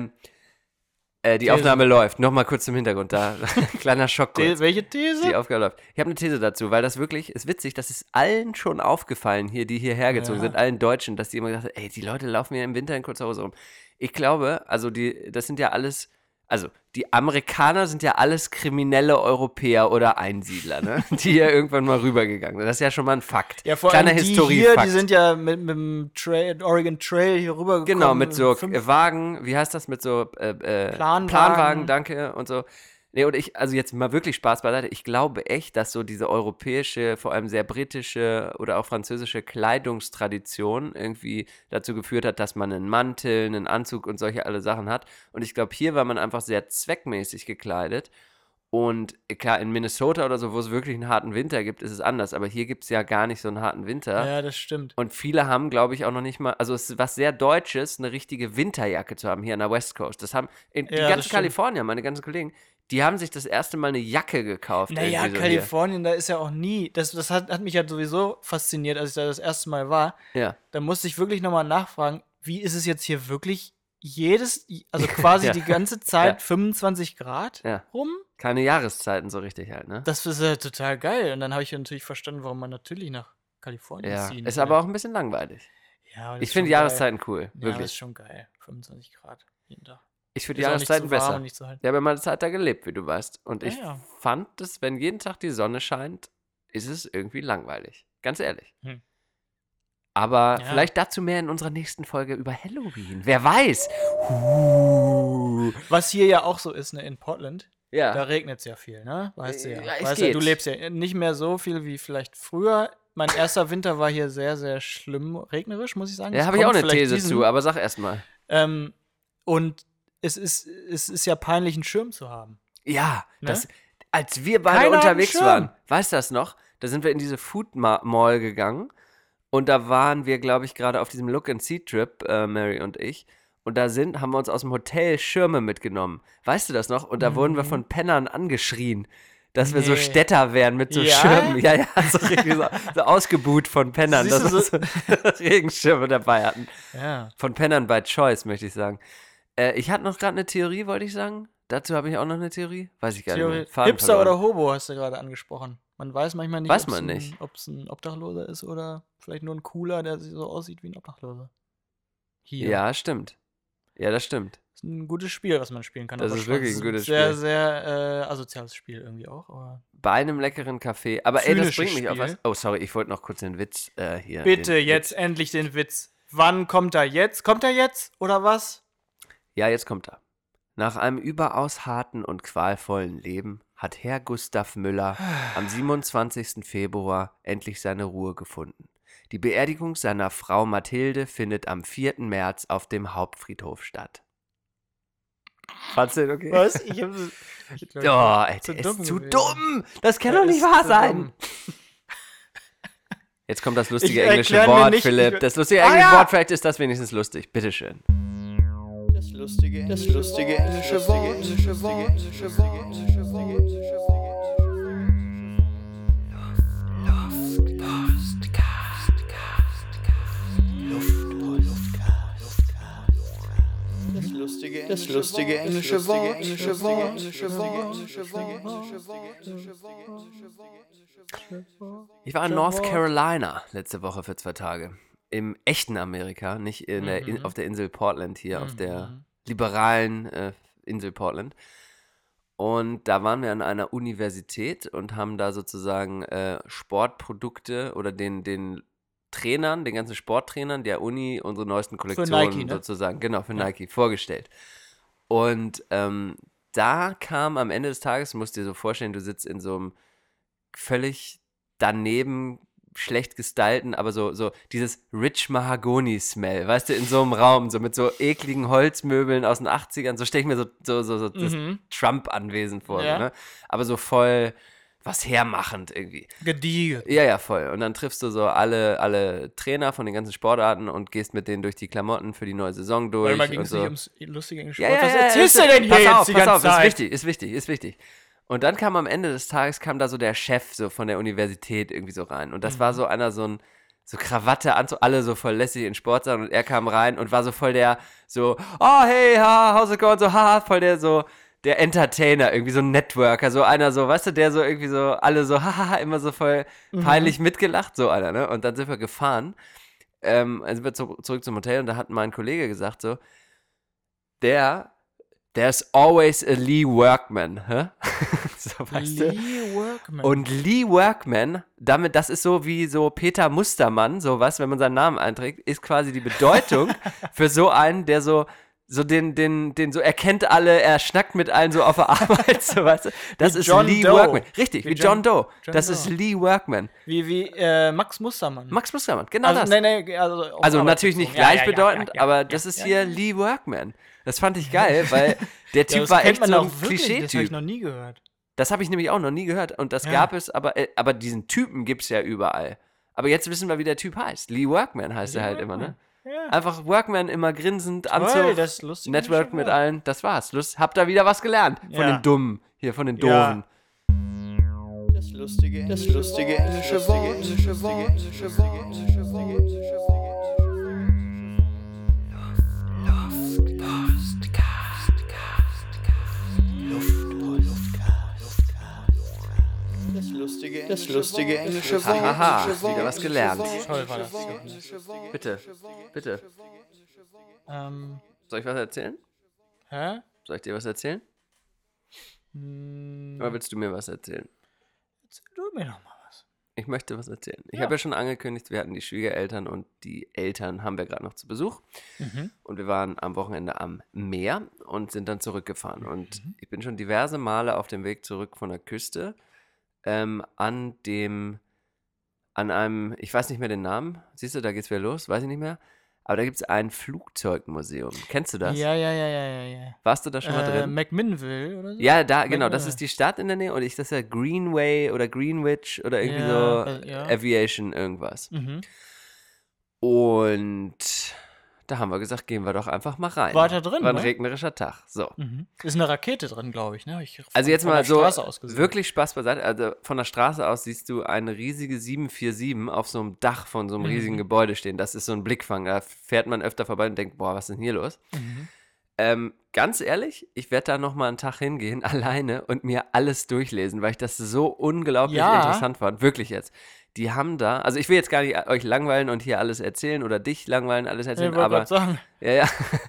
Die Aufnahme läuft. Nochmal kurz zum Hintergrund. Da kleiner Schock kurz. Welche These? Die Aufgabe läuft. Ich habe eine These dazu, weil das wirklich ist witzig, das ist allen schon aufgefallen hier, die hierher gezogen sind, allen Deutschen, dass die immer gesagt haben, ey, die Leute laufen hier im Winter in kurzer Hose rum. Ich glaube, also das sind ja alles, also die Amerikaner sind ja alles kriminelle Europäer oder Einsiedler, ne? Die ja irgendwann mal rübergegangen sind. Das ist ja schon mal ein Fakt. Ja, vor Kleiner allem die Historiefakt. hier, die sind ja mit dem Oregon Trail hier rübergekommen. Genau, mit so 5 Wagen, wie heißt das, mit so Planwagen, danke, und so. Nee, und also jetzt mal wirklich Spaß beiseite, ich glaube echt, dass so diese europäische, vor allem sehr britische oder auch französische Kleidungstradition irgendwie dazu geführt hat, dass man einen Mantel, einen Anzug und solche alle Sachen hat. Und ich glaube, hier war man einfach sehr zweckmäßig gekleidet. Und klar, in Minnesota oder so, wo es wirklich einen harten Winter gibt, ist es anders. Aber hier gibt es ja gar nicht so einen harten Winter. Ja, das stimmt. Und viele haben, glaube ich, auch noch nicht mal, also es ist was sehr Deutsches, eine richtige Winterjacke zu haben hier an der West Coast. Das haben die das ganzen stimmt. Kalifornier, meine ganzen Kollegen, die haben sich das erste Mal eine Jacke gekauft. Naja, irgendwie so Kalifornien, da ist ja auch nie, das hat mich ja sowieso fasziniert, als ich da das erste Mal war. Hier. Ja. Da musste ich wirklich nochmal nachfragen, wie ist es jetzt hier wirklich also quasi Ja. die ganze Zeit Ja. 25 Grad Ja. rum? Keine Jahreszeiten so richtig halt, ne? Das ist ja total geil. Und dann habe ich natürlich verstanden, warum man natürlich nach Kalifornien Ja. ziehen Ist will. aber auch ein bisschen langweilig. Ja, aber das Ich ist finde schon Jahreszeiten cool, geil. Ja, das ist wirklich. schon geil. 25 Grad jeden Tag. Ich finde Ist auch nicht Jahreszeiten zu warm besser. und nicht zu heiß. Ich habe ja mal eine Zeit da gelebt, wie du weißt. Und Ja, ich ja. fand es, wenn jeden Tag die Sonne scheint, ist es irgendwie langweilig. Ganz ehrlich. Hm. Aber Ja. vielleicht dazu mehr in unserer nächsten Folge über Halloween. Wer weiß? Was hier ja auch so ist, ne, in Portland, da Ja. regnet es ja viel, ne? Weißt du ja. Ja, es Weißt ja, du geht. lebst ja nicht mehr so viel wie vielleicht früher. Mein erster Winter war hier sehr, sehr schlimm regnerisch, muss ich sagen. Ja, Es habe ich auch kommt eine vielleicht These diesen- zu, aber sag erst mal. Und es ist ja peinlich, einen Schirm zu haben. Ja, Ne? als wir beide Keiner hat einen unterwegs Schirm. waren, weißt du das noch? Da sind wir in diese Food Mall gegangen und da waren wir, glaube ich, gerade auf diesem Look-and-See-Trip, Mary und ich. Und haben wir uns aus dem Hotel Schirme mitgenommen. Weißt du das noch? Und da wurden wir von Pennern angeschrien, dass wir so Nee. Städter wären mit so Ja? Schirmen. Ja, ja, so richtig so ausgebuht von Pennern, Siehst dass du wir so Regenschirme dabei hatten. Ja. Von Pennern by Choice, möchte ich sagen. Ich hatte noch gerade eine Theorie, wollte ich sagen. Dazu habe ich auch noch eine Theorie. Weiß ich gar nicht mehr. Faden Hipster verloren. oder Hobo hast du gerade angesprochen. Man weiß manchmal nicht, Weiß man nicht. ob es ein Obdachloser ist oder vielleicht nur ein Cooler, der so aussieht wie ein Obdachloser. Hier. Ja, stimmt. Ja, das stimmt. Das ist ein gutes Spiel, was man spielen kann. Das aber ist schon wirklich ein gutes sehr, Spiel. sehr asoziales Spiel irgendwie auch. Aber Bei einem leckeren Kaffee. Aber ey, das Zynisches bringt mich auf Spiel. was. Oh, sorry, ich wollte noch kurz den Witz hier. bitte, den jetzt Witz. endlich den Witz. Wann kommt er jetzt? Kommt er jetzt oder was? Ja, jetzt kommt er. Nach einem überaus harten und qualvollen Leben hat Herr Gustav Müller am 27. Februar endlich seine Ruhe gefunden. Die Beerdigung seiner Frau Mathilde findet am 4. März auf dem Hauptfriedhof statt. Fandst du den okay? Was? Ich glaub, Oh, ey, zu der dumm ist zu gewesen. dumm. Das kann Der doch nicht ist wahr zu sein. dumm. Jetzt kommt das lustige Ich englische erklär mir Wort, nicht, Philipp. ich- Das lustige Ah, englische ja. Wort, vielleicht ist das wenigstens lustig. Bitteschön. Das lustige englische Das lustige englische Wort. Ich war in North Carolina letzte Woche für 2 Tage. Im echten Amerika, nicht auf der Insel Portland hier, auf der liberalen Insel Portland. Und da waren wir an einer Universität und haben da sozusagen Sportprodukte oder den Trainern, den ganzen Sporttrainern der Uni unsere neuesten Kollektionen Nike, ne? sozusagen, genau, für Nike vorgestellt. Und da kam am Ende des Tages, du musst dir so vorstellen, du sitzt in so einem völlig daneben schlecht gestylten, aber so dieses Rich Mahagoni-Smell, weißt du, in so einem Raum, so mit so ekligen Holzmöbeln aus den 80ern, so stelle ich mir so das Trump-Anwesen vor, Ja. so, ne? Aber so voll was hermachend irgendwie. Gediegen. Ja, voll. Und dann triffst du so alle Trainer von den ganzen Sportarten und gehst mit denen durch die Klamotten für die neue Saison durch. Weil mal ging und es so. nicht ums lustige Englisch. Ja, Was ja, erzählst du denn hier pass jetzt auf, die pass ganze auf, Zeit? ist wichtig. Und dann kam am Ende des Tages, kam da so der Chef so von der Universität irgendwie so rein. Und das war so einer, so Krawatte, Anzug, alle so voll lässig in Sportsachen. Und er kam rein und war so voll der, so, oh, hey, how's it going? So, haha, voll der so, der Entertainer, irgendwie so ein Networker, so einer so, weißt du, der so irgendwie so, alle so, haha, immer so voll peinlich mitgelacht, so einer, ne? Und dann sind wir gefahren, dann sind wir zurück zum Hotel und da hat mein Kollege gesagt so, there's always a Lee Workman, hä? So, weißt du? Lee Workman. Und Lee Workman, das ist so wie so Peter Mustermann, sowas, wenn man seinen Namen einträgt, ist quasi die Bedeutung für so einen, der so den so, er kennt alle, er schnackt mit allen so auf der Arbeit, so, weißt du? Das ist John Lee Doe. Workman. Richtig, wie John Doe. John Das Doe. ist Lee Workman. Wie Max Mustermann. Max Mustermann, genau also, das. Nee, also auf Also Arbeit natürlich nicht bezogen. Ja, gleichbedeutend, ja, aber das ist hier Lee Workman. Das fand ich geil, weil der Typ das war kennt echt man so doch ein wirklich, Das habe ich Klischee-Typ. noch nie gehört. Das habe ich nämlich auch noch nie gehört und das Ja. gab es, aber diesen Typen gibt es ja überall. Aber jetzt wissen wir, wie der Typ heißt. Lee Workman heißt er halt immer, ne? Ja. Einfach Workman, immer grinsend, Anzug, Toll, das ist lustig. Network mit allen, das war's. Habt da wieder was gelernt von Ja. den Dummen, hier von den Ja. Doofen. Das lustige englische Wort. Das lustige englische Wort. Haha, wieder was gelernt. Toll war das. Bitte. Soll ich was erzählen? Hä? Soll ich dir was erzählen? Oder willst du mir was erzählen? Erzähl du mir doch mal was. Ich möchte was erzählen. Ich habe ja schon angekündigt, wir hatten die Schwiegereltern und die Eltern haben wir gerade noch zu Besuch. Und wir waren am Wochenende am Meer und sind dann zurückgefahren. Und ich bin schon diverse Male auf dem Weg zurück von der Küste an einem, ich weiß nicht mehr den Namen, siehst du, da geht's wieder los, weiß ich nicht mehr. Aber da gibt es ein Flugzeugmuseum. Kennst du das? Ja. Warst du da schon mal drin? McMinnville oder so? Ja, da, genau, das ist die Stadt in der Nähe und das ist ja Greenway oder Greenwich oder irgendwie Ja. Aviation irgendwas. Mhm. Und da haben wir gesagt, gehen wir doch einfach mal rein. War da drin, War ein ne? regnerischer Tag. So. Mhm. Ist eine Rakete drin, glaube ich, ne? Also jetzt von mal der so, Straße aus gesehen. wirklich Spaß beiseite. Also von der Straße aus siehst du eine riesige 747 auf so einem Dach von so einem riesigen Gebäude stehen. Das ist so ein Blickfang. Da fährt man öfter vorbei und denkt, boah, was ist denn hier los? Ganz ehrlich, ich werde da nochmal einen Tag hingehen, alleine und mir alles durchlesen, weil ich das so unglaublich Ja. interessant fand. Wirklich jetzt. Die haben da, also ich will jetzt gar nicht euch langweilen und hier alles erzählen oder dich langweilen, alles erzählen, Ich wollte aber gerade sagen. ja.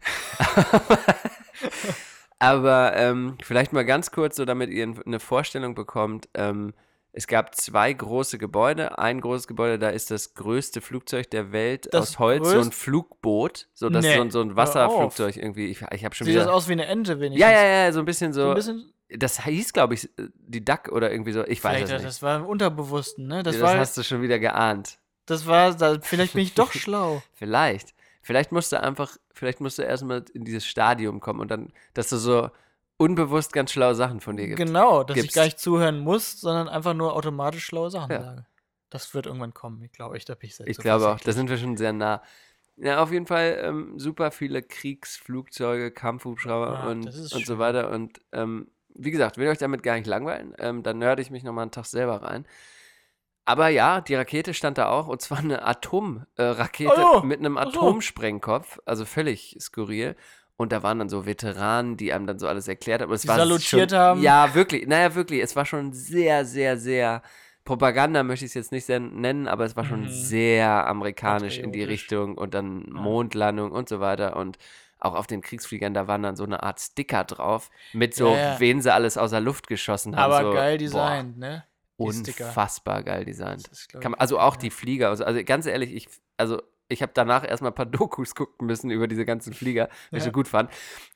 Aber vielleicht mal ganz kurz, so damit ihr eine Vorstellung bekommt. Es gab 2 große Gebäude. Ein großes Gebäude, da ist das größte Flugzeug der Welt Das aus Holz, so ein Flugboot. So, das Nee, so ein hör Wasserflugzeug irgendwie. Ich habe schon Sieht das wieder. aus wie eine Ente wenigstens? Ja, so ein bisschen so. So ein bisschen, Das hieß, glaube ich, die Duck oder irgendwie so. Ich weiß vielleicht, es nicht. das war im Unterbewussten, ne? Das Das hast du schon wieder geahnt. vielleicht bin ich doch schlau. Vielleicht. Vielleicht musst du erstmal in dieses Stadium kommen und dann, dass du so unbewusst ganz schlaue Sachen von dir gibst. Genau, dass ich Gibt's. gar nicht zuhören muss, sondern einfach nur automatisch schlaue Sachen Ja. sage. Das wird irgendwann kommen, ich glaube, da bin ich sehr Ich glaube auch, da zuversichtlich. sind wir schon sehr nah. Ja, auf jeden Fall super viele Kriegsflugzeuge, Kampfhubschrauber Ja, und das ist so schön. weiter. Und wie gesagt, will euch damit gar nicht langweilen. Dann nörde ich mich nochmal einen Tag selber rein. Aber ja, die Rakete stand da auch, und zwar eine Atomrakete Oh ja, mit einem ach so. Atomsprengkopf, also völlig skurril. Und da waren dann so Veteranen, die einem dann so alles erklärt haben. Und es Die war salutiert schon, haben. Ja, wirklich. Naja, wirklich. Es war schon sehr, sehr, sehr Propaganda, möchte ich es jetzt nicht nennen, aber es war schon sehr amerikanisch in die Patriotisch. Richtung und dann Mondlandung und so weiter. Und auch auf den Kriegsfliegern, da waren dann so eine Art Sticker drauf, mit so, Ja. wen sie alles außer Luft geschossen haben. Aber so, geil boah, designt, ne? Die Sticker. unfassbar geil designt. Das ist, glaub Kann man, ich, also auch ja. die Flieger. Also ganz ehrlich, ich habe danach erstmal ein paar Dokus gucken müssen über diese ganzen Flieger, weil ich Ja. so gut fand.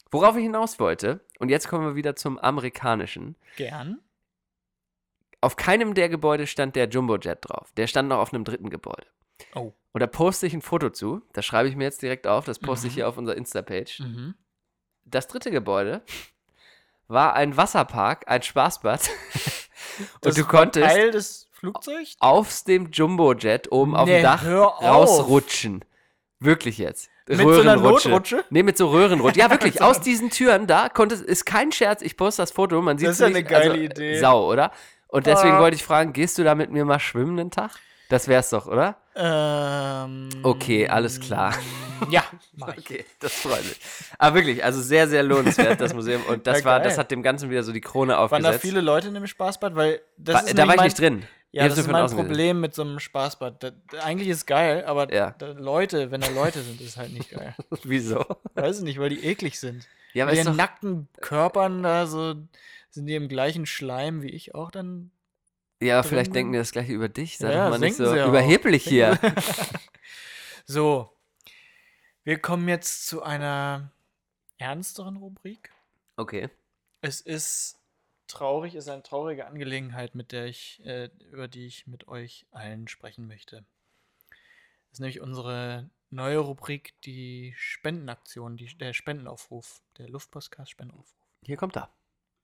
Worauf ich hinaus wollte, und jetzt kommen wir wieder zum Amerikanischen. Gern. Auf keinem der Gebäude stand der Jumbojet drauf. Der stand noch auf einem dritten Gebäude. Oh. Und da poste ich ein Foto zu. Das schreibe ich mir jetzt direkt auf. Das poste ich hier auf unserer Insta-Page. Das dritte Gebäude war ein Wasserpark, ein Spaßbad. Und du konntest Teil des Flugzeugs? auf dem Jumbojet oben auf Nee, dem Dach hör auf. rausrutschen. Wirklich jetzt. Mit so einer Notrutsche? Nee, mit so Röhrenrutsche. Ja, wirklich. Aus diesen Türen da ist kein Scherz. Ich poste das Foto. Man sieht Das ist ja nicht, eine geile Idee. Sau, oder? Und deswegen wollte ich fragen, gehst du da mit mir mal schwimmen einen Tag? Das wär's doch, oder? Okay, alles klar. Ja, mach ich. Okay, das freut mich. Aber wirklich, also sehr, sehr lohnenswert, das Museum. Und das Ja, geil. das hat dem Ganzen wieder so die Krone Waren aufgesetzt. da viele Leute in dem Spaßbad? Weil das ist Da war nämlich ich nicht drin. Ja, Ich das hab's ist nur von mein außen gesehen. Problem mit so einem Spaßbad. Eigentlich ist es geil, aber Ja. Leute, wenn da Leute sind, ist halt nicht geil. Wieso? Weiß ich nicht, weil die eklig sind. Ja, aber Mit ist ihren doch, nackten Körpern da so, sind die im gleichen Schleim wie ich auch dann. ja, aber vielleicht drin denken die das gleiche über dich. Sei Ja, doch mal nicht denken so sie auch. überheblich hier. So, wir kommen jetzt zu einer ernsteren Rubrik. Okay. Es ist traurig, es ist eine traurige Angelegenheit, über die ich mit euch allen sprechen möchte. Das ist nämlich unsere neue Rubrik, die Spendenaktion, der Spendenaufruf, der Luftpostcast Spendenaufruf. Hier kommt er.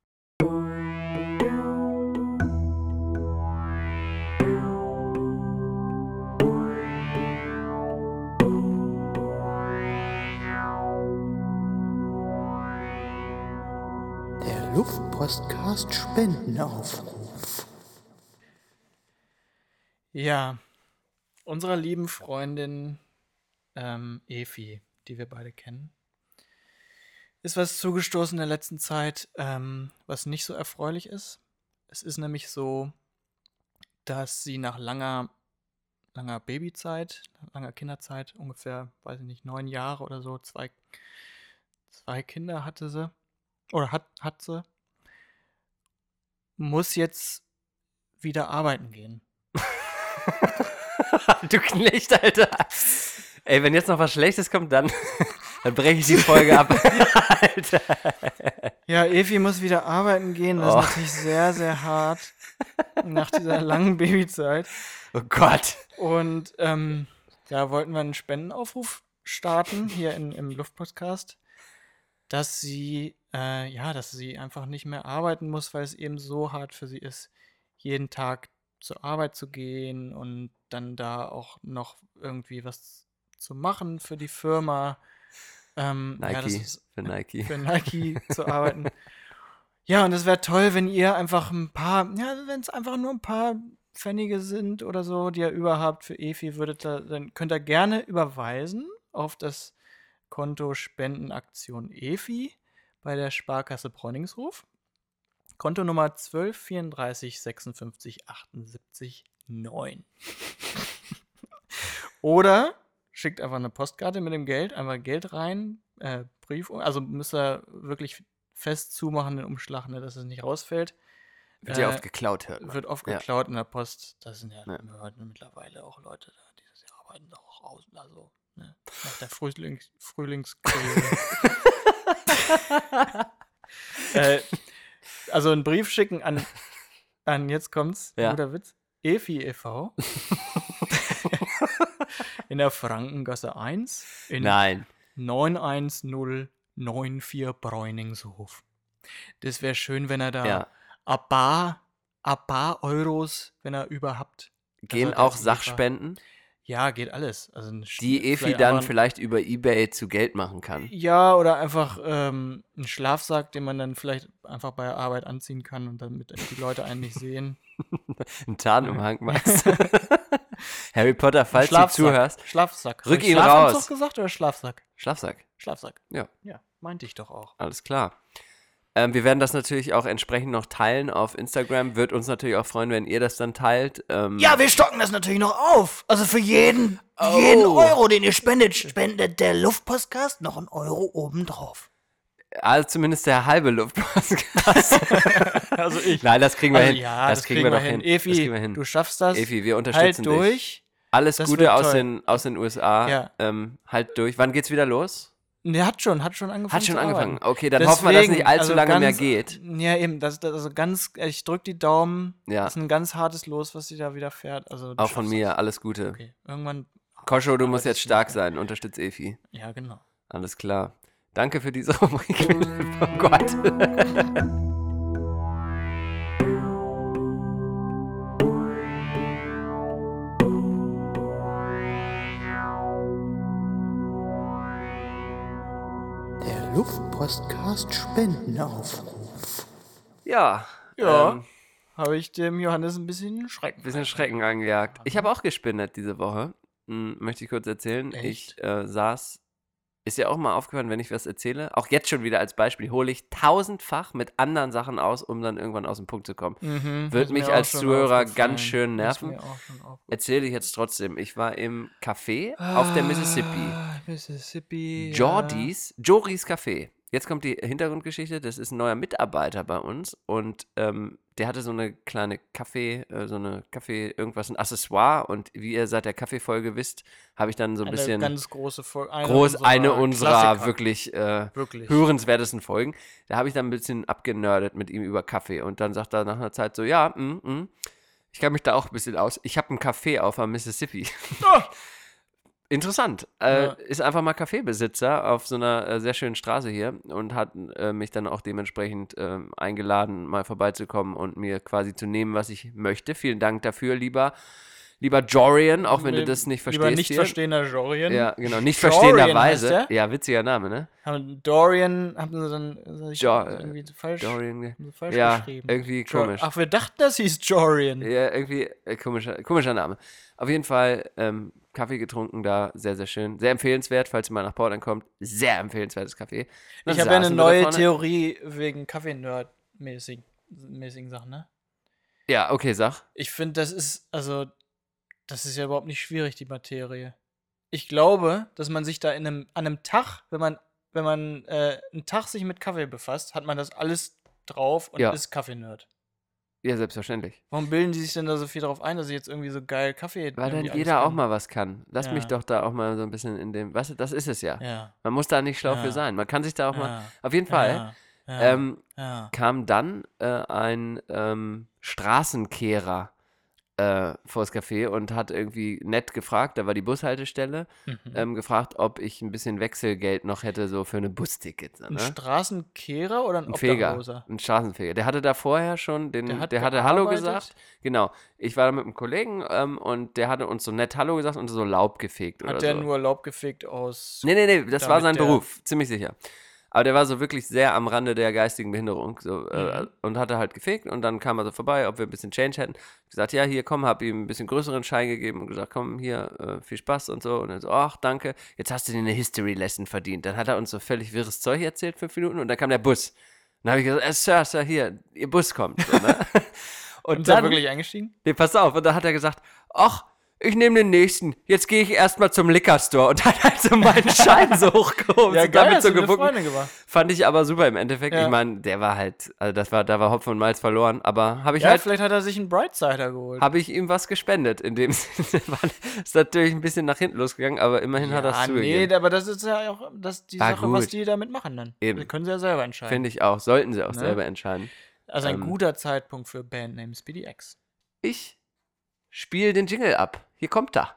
Der Luftpostcast Spendenaufruf. Ja, unserer lieben Freundin Efi, die wir beide kennen, ist was zugestoßen in der letzten Zeit, was nicht so erfreulich ist. Es ist nämlich so, dass sie nach langer Babyzeit, langer Kinderzeit, ungefähr, weiß ich nicht, 9 Jahre oder so, zwei Kinder hatte sie, oder hat sie, muss jetzt wieder arbeiten gehen. Du Knecht, Alter. Ey, wenn jetzt noch was Schlechtes kommt, dann breche ich die Folge ab. Alter. Ja, Efi muss wieder arbeiten gehen. Das ist natürlich sehr, sehr hart nach dieser langen Babyzeit. Oh Gott. Und da wollten wir einen Spendenaufruf starten hier im Luftpodcast, dass sie einfach nicht mehr arbeiten muss, weil es eben so hart für sie ist, jeden Tag zur Arbeit zu gehen und dann da auch noch irgendwie was zu machen für die Firma. Nike, für Nike. Für Nike zu arbeiten. Ja, und es wäre toll, wenn ihr einfach wenn es einfach nur ein paar Pfennige sind oder so, die ihr überhaupt für Efi dann könnt ihr gerne überweisen auf das Konto Spendenaktion Efi bei der Sparkasse Bräuningshof. Kontonummer 12 34 56 78 9. Oder schickt einfach eine Postkarte mit dem Geld, einfach Geld rein, Brief, also müsst ihr wirklich fest zumachen, den Umschlag, ne, dass es nicht rausfällt. Wird ja oft geklaut, hört man. Wird oft Ja. geklaut in der Post. Da sind ja, Ja. mittlerweile auch Leute da, die arbeiten auch aus, also ne, nach der Frühlingskrise. Also einen Brief schicken an jetzt kommt's, Ja. guter Witz, Efi e.V. in der Frankengasse 1 in Nein. 91094 Bräuningshof. Das wäre schön, wenn er da Ja. ein paar Euros, wenn er überhaupt. Gehen Also, auch das ist Sachspenden, Ja, geht alles. Also die Efi dann vielleicht über Ebay zu Geld machen kann. Ja, oder einfach einen Schlafsack, den man dann vielleicht einfach bei der Arbeit anziehen kann und damit die Leute einen nicht sehen. Einen Tarnumhang machst. Harry Potter, falls du zuhörst. Schlafsack. Rück Hab ich ihn Schlafanzug raus. gesagt oder Schlafsack? Schlafsack. Schlafsack. Ja. Ja, meinte ich doch auch. Alles klar. Wir werden das natürlich auch entsprechend noch teilen auf Instagram. Wird uns natürlich auch freuen, wenn ihr das dann teilt. Ja, wir stocken das natürlich noch auf. Also für jeden Euro, den ihr spendet der Luftpostcast noch einen Euro obendrauf. Also zumindest der halbe Luftpostcast. Also ich. Nein, das kriegen wir hin. Ja, das kriegen wir doch hin. Efi, das kriegen wir hin. du schaffst das. Efi, wir Halt unterstützen dich. durch. Alles Das Gute wird aus toll. den USA. Ja. Halt durch. Wann geht's wieder los? Der hat schon angefangen. Hat schon zu angefangen. arbeiten. Okay, dann hoffen wir, dass nicht allzu also lange mehr ganz- geht. Ja, eben. Ich drück die Daumen. Ja. Das ist ein ganz hartes Los, was sie da wieder fährt. Also, du Auch von schaffst mir, das. alles Gute. Okay, irgendwann. Koscho, du musst arbeitest jetzt du stark nicht sein. Unterstütz Efi. mehr. Ja, genau. Alles klar. Danke für diese Rubrik. Oh Gott. Der Luftpostcast Spendenaufruf. Ja. Ja. Habe ich dem Johannes ein bisschen Schrecken. Bisschen Schrecken angejagt. Ich habe auch gespendet diese Woche. Möchte ich kurz erzählen. Echt? Ich saß. Ist dir auch mal aufgefallen, wenn ich was erzähle? Auch jetzt schon wieder als Beispiel hole ich 1000-fach mit anderen Sachen aus, um dann irgendwann aus dem Punkt zu kommen. Wird Ist mich mir auch als schon Zuhörer aufgefallen. ganz schön Ist nerven. mir auch schon aufgefallen. Erzähle ich jetzt trotzdem. Ich war im Café auf der Mississippi. Mississippi. Joris Café. Jetzt kommt die Hintergrundgeschichte. Das ist ein neuer Mitarbeiter bei uns und der hatte so eine kleine irgendwas, ein Accessoire und wie ihr seit der Kaffeefolge wisst, habe ich dann so ein Eine bisschen ganz große Folge. eine unserer Klassiker. wirklich, Wirklich. hörenswertesten Folgen. Da habe ich dann ein bisschen abgenördet mit ihm über Kaffee und dann sagt er nach einer Zeit so, ja, ich kann mich da auch ein bisschen aus. Ich habe ein Café auf am Mississippi. Interessant. Ja. Ist einfach mal Kaffeebesitzer auf so einer sehr schönen Straße hier und hat mich dann auch dementsprechend eingeladen, mal vorbeizukommen und mir quasi zu nehmen, was ich möchte. Vielen Dank dafür, lieber Jorian, auch wenn du das nicht verstehst. Lieber nicht hier. verstehender Jorian. Ja, genau, nicht Jorian verstehenderweise. heißt der? Ja, witziger Name, ne? Dorian haben sie dann irgendwie falsch, Dorian, falsch ja, geschrieben. irgendwie komisch. Ach, wir dachten, das hieß Jorian. Ja, irgendwie komischer Name. Auf jeden Fall Kaffee getrunken da, sehr, sehr schön. Sehr empfehlenswert, falls ihr mal nach Portland kommt. Sehr empfehlenswertes Kaffee. Dann Ich habe ja eine saßen wir da neue vorne. Theorie wegen Kaffee-Nerd-mäßigen Sachen, ne? Ja, okay, sag. Ich finde, das ist ja überhaupt nicht schwierig, die Materie. Ich glaube, dass man sich da an einem Tag, wenn man einen Tag sich mit Kaffee befasst, hat man das alles drauf und Ja. ist Kaffee-Nerd. Ja, selbstverständlich. Warum bilden die sich denn da so viel drauf ein, dass sie jetzt irgendwie so geil Kaffee Weil dann irgendwie alles jeder auch können? mal was kann. Lass Ja. mich doch da auch mal so ein bisschen in dem, weißt du, das ist es ja. Ja. Man muss da nicht schlau für Ja. sein. Man kann sich da auch mal, Ja. auf jeden Fall, Ja. Ja. kam dann ein Straßenkehrer vors Café und hat irgendwie nett gefragt, da war die Bushaltestelle, gefragt, ob ich ein bisschen Wechselgeld noch hätte, so für eine Busticket. So, Ein ne? Straßenkehrer oder ein Ein Feger, Obdachloser? ein Straßenfeger. Der hatte da vorher schon, der hat hatte Hallo gearbeitet? gesagt. Genau. Ich war da mit einem Kollegen und der hatte uns so nett Hallo gesagt und so Laub gefegt oder Hat der so. nur Laub gefegt aus. Nee, das war damit sein der- Beruf, ziemlich sicher. Aber der war so wirklich sehr am Rande der geistigen Behinderung so, Mhm. und hatte halt gefegt und dann kam er so vorbei, ob wir ein bisschen Change hätten. Gesagt, ja, hier, komm, hab ihm ein bisschen größeren Schein gegeben und gesagt, komm, hier, viel Spaß und so. Und er so, ach, danke, jetzt hast du dir eine History-Lesson verdient. Dann hat er uns so völlig wirres Zeug erzählt, 5 Minuten, und dann kam der Bus. Dann habe ich gesagt, Sir, hier, Ihr Bus kommt. So, ne? Und und ist er dann, wirklich eingestiegen? nee, pass auf, und dann hat er gesagt, ach, ich nehme den nächsten. Jetzt gehe ich erstmal zum Liquor Store und hat halt so meinen Schein so hochgehoben. Ja, so geil, damit hast so du eine gewunken. Freundin gemacht. Fand ich aber super im Endeffekt. Ja. Ich meine, der war halt, also da war Hopfen und Malz verloren, aber habe ich Ja, halt, vielleicht hat er sich einen Brightsider geholt. habe ich ihm was gespendet. In dem Sinne ist natürlich ein bisschen nach hinten losgegangen, aber immerhin hat er es zugegeben. Nee, aber das ist ja auch die War Sache, was gut. die damit machen dann. Eben. Das können sie ja selber entscheiden. Finde ich auch. Sollten sie auch Ne? selber entscheiden. Also ein Ähm, guter Zeitpunkt für Bandnames BDX. Ich spiele den Jingle ab. Hier kommt er.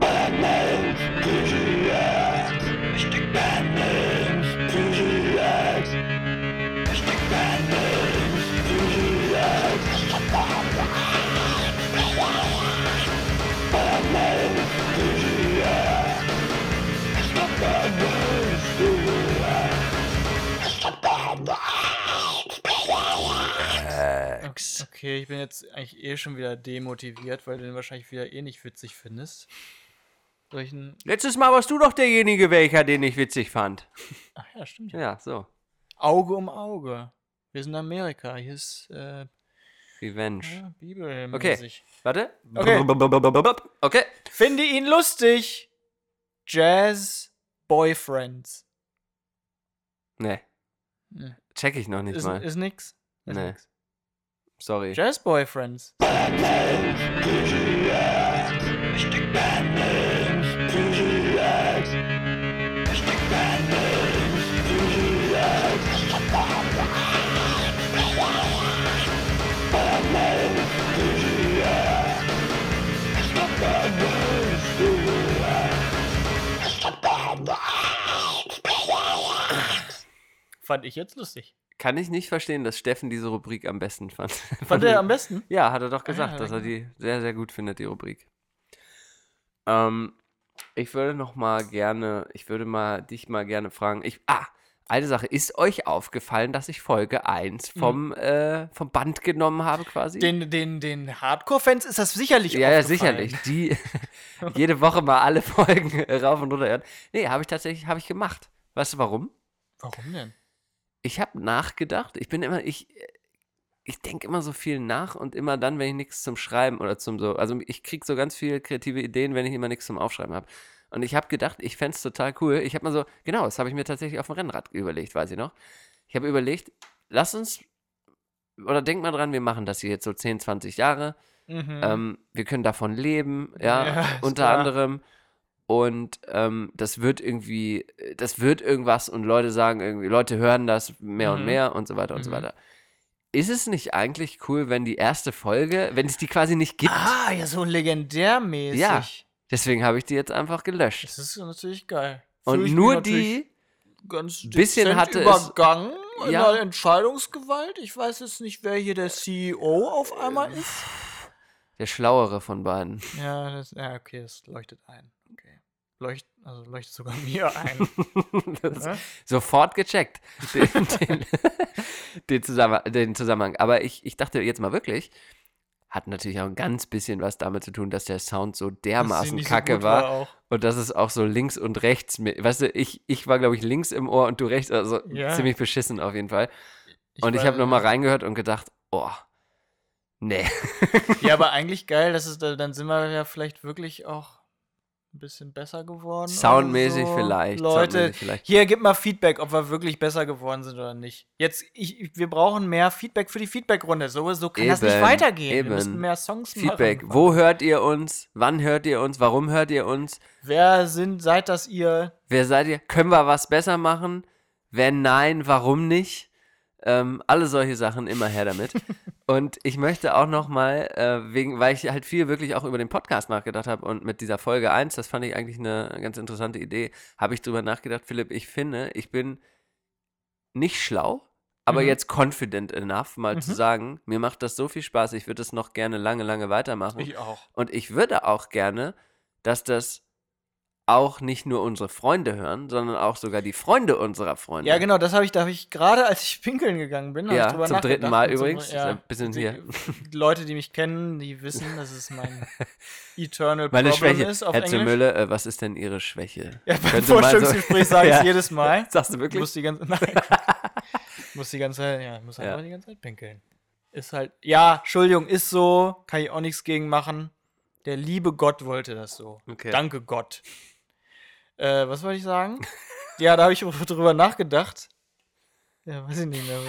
Okay, ich bin jetzt eigentlich schon wieder demotiviert, weil du den wahrscheinlich wieder nicht witzig findest. Soll ich einen... Letztes Mal warst du doch derjenige, welcher den ich witzig fand. Ach ja, stimmt ja. Ja, so. Auge um Auge. Wir sind in Amerika. Hier ist Revenge. ja, bibelmäßig. Warte. Okay. Okay. Finde ihn lustig. Jazz Boyfriends. Nee, Nee. check ich noch nicht Ist, mal. ist nix. Ist Nee. nix. Sorry. Jazz Boyfriends. Fand ich jetzt lustig. Kann ich nicht verstehen, dass Steffen diese Rubrik am besten fand. Fand er am besten? Ja, hat er doch gesagt, ja, dass er genau. die sehr, sehr gut findet, die Rubrik. Ich würde dich mal gerne fragen. Eine Sache, ist euch aufgefallen, dass ich Folge 1 vom Band genommen habe quasi? Den Hardcore-Fans ist das sicherlich Ja, aufgefallen. sicherlich. Die jede Woche mal alle Folgen rauf und runter hören. Nee, habe ich gemacht. Weißt du warum? Warum denn? Ich habe nachgedacht. Ich denke immer so viel nach und immer dann, wenn ich nichts zum Schreiben oder also ich kriege so ganz viele kreative Ideen, wenn ich immer nichts zum Aufschreiben habe. Und ich habe gedacht, ich fände es total cool. Ich habe mal so, genau, das habe ich mir tatsächlich auf dem Rennrad überlegt, weiß ich noch. Ich habe überlegt, denk mal dran, wir machen das hier jetzt so 10, 20 Jahre. Wir können davon leben, Ja, ist unter klar. anderem. Und das wird irgendwas und Leute sagen irgendwie, Leute hören das mehr und mehr und so weiter und so weiter. Ist es nicht eigentlich cool, wenn die erste Folge, wenn es die quasi nicht gibt? Ah, ja, so legendärmäßig. Ja, deswegen habe ich die jetzt einfach gelöscht. Das ist natürlich geil. Und Fühl ich nur mich natürlich die ganz bisschen dezent hatte es- übergangen in Ja. der Entscheidungsgewalt. Ich weiß jetzt nicht, wer hier der CEO auf einmal ist. der Schlauere von beiden. Ja, okay, das leuchtet ein. Okay. Leuchtet sogar mir ein. Das sofort gecheckt, den Zusammenhang. Aber ich dachte jetzt mal wirklich, hat natürlich auch ein ganz bisschen was damit zu tun, dass der Sound so dermaßen nicht so kacke gut war. auch. Und dass es auch so links und rechts, weißt du, ich war, glaube ich, links im Ohr und du rechts, also Ja. ziemlich beschissen auf jeden Fall. Ich Und ich war- habe nochmal reingehört und gedacht, oh, nee. Ja, aber eigentlich geil, dann sind wir ja vielleicht wirklich auch ein bisschen besser geworden. Soundmäßig oder so. vielleicht, Leute, soundmäßig vielleicht. hier, gib mal Feedback, ob wir wirklich besser geworden sind oder nicht. Jetzt, wir brauchen mehr Feedback für die Feedback-Runde. So kann das nicht Eben, weitergehen. eben. Wir müssen mehr Songs Feedback, machen. wo hört ihr uns? Wann hört ihr uns? Warum hört ihr uns? Seid das ihr? Wer seid ihr? Können wir was besser machen? Wenn nein, warum nicht? Alle solche Sachen, immer her damit. Und ich möchte auch nochmal, weil ich halt viel wirklich auch über den Podcast nachgedacht habe und mit dieser Folge 1, das fand ich eigentlich eine ganz interessante Idee, habe ich drüber nachgedacht, Philipp, ich finde, ich bin nicht schlau, aber jetzt confident enough, mal zu sagen, mir macht das so viel Spaß, ich würde das noch gerne lange, lange weitermachen. Ich auch. Und ich würde auch gerne, dass das auch nicht nur unsere Freunde hören, sondern auch sogar die Freunde unserer Freunde. Ja, genau, da habe ich gerade, als ich pinkeln gegangen bin, hab Ja, ich drüber zum dritten nachgedacht. Mal Und übrigens. Ist ein bisschen hier. Die Leute, die mich kennen, die wissen, dass es mein Eternal Meine Problem Schwäche. ist auf Herr Englisch. Müller, was ist denn Ihre Schwäche? Ja, beim Können Sie mal so- Vorstellungsgespräch sage ich es Ja. jedes Mal. Sagst du wirklich? Muss die ganze Zeit, muss Ja. einfach die ganze Zeit pinkeln. Ist halt, ja, Entschuldigung, ist so, kann ich auch nichts gegen machen. Der liebe Gott wollte das so. Okay. Danke Gott. Was wollte ich sagen? Ja, da habe ich drüber nachgedacht. Ja, weiß ich nicht mehr.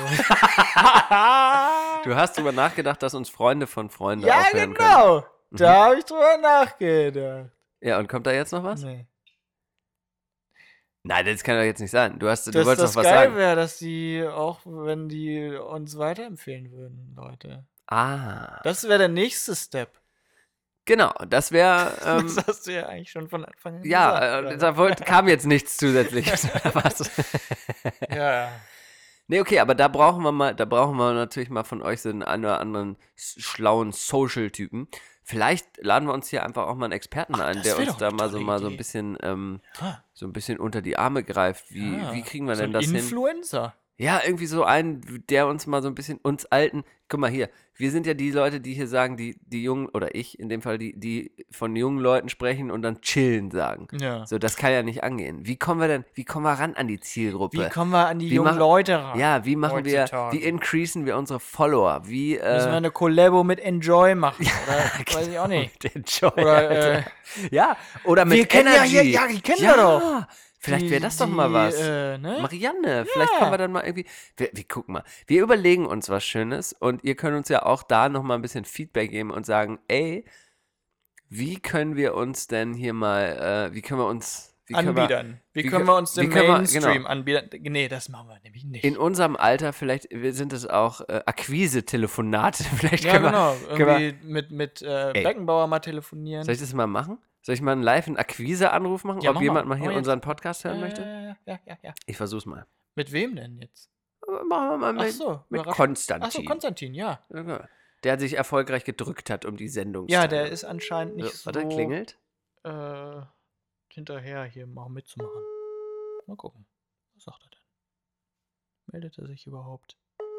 Du hast drüber nachgedacht, dass uns Freunde von Freunden Ja, auch hören können. genau. Da habe ich drüber nachgedacht. Ja, und kommt da jetzt noch was? Nee. Nein, das kann doch jetzt nicht sein. Du Dass wolltest das noch was geil sagen. wäre, dass die auch, wenn die uns weiterempfehlen würden, Leute. Ah, Das wäre der nächste Step. genau, das wäre... Das hast du ja eigentlich schon von Anfang an ja, gesagt. kam jetzt nichts Zusätzliches. Oder was? Ja. Nee, okay, aber da brauchen wir natürlich mal von euch so einen oder anderen schlauen Social-Typen. Vielleicht laden wir uns hier einfach auch mal einen Experten ein, das der wär uns doch da eine mal so tolle ein bisschen Ah. so ein bisschen unter die Arme greift. Wie kriegen wir so denn ein das hin? Influencer. Ja, irgendwie so einen, der uns mal so ein bisschen, uns Alten, guck mal hier, wir sind ja die Leute, die hier sagen, die Jungen, oder ich in dem Fall, die von jungen Leuten sprechen und dann chillen sagen. Ja. So, das kann ja nicht angehen. Wie kommen wir ran an die Zielgruppe? Wie kommen wir an die Wie jungen machen- Leute ran? Ja, wie heutzutage? increasen wir unsere Follower? Wie, Müssen wir eine Collabo mit Enjoy machen? Oder weiß ich auch nicht. mit Enjoy, Oder, Alter. Ja, oder mit wir kennen ja Energy. hier- ja, die kennen wir doch. Vielleicht wäre das doch mal Die, was. ne? Marianne, vielleicht können wir dann mal irgendwie. Wir gucken mal. Wir überlegen uns was Schönes und ihr könnt uns ja auch da nochmal ein bisschen Feedback geben und sagen, ey, wie können wir uns denn hier mal, wie können wir uns Anbiedern. Wie wie können kö- wir uns wie den können wir- Mainstream genau. anbieten? Nee, das machen wir nämlich nicht. in unserem Alter, vielleicht sind es auch Akquise-Telefonate. Vielleicht ja, können genau. können wir, Irgendwie mit Beckenbauer mal telefonieren. soll ich das mal machen? Soll ich mal einen Akquise-Anruf machen, Ja, ob mach jemand mal. mal hier Mach jetzt. unseren Podcast hören möchte? Ja. Ich versuch's mal. Mit wem denn jetzt? Machen wir mal mit, mit Konstantin. Achso, Konstantin, ja. Der sich erfolgreich gedrückt hat um die Sendung. Ja, der ist anscheinend nicht so... Warte, klingelt? Hinterher hier mal mitzumachen. Mal gucken. Was sagt er denn? Meldet er sich überhaupt?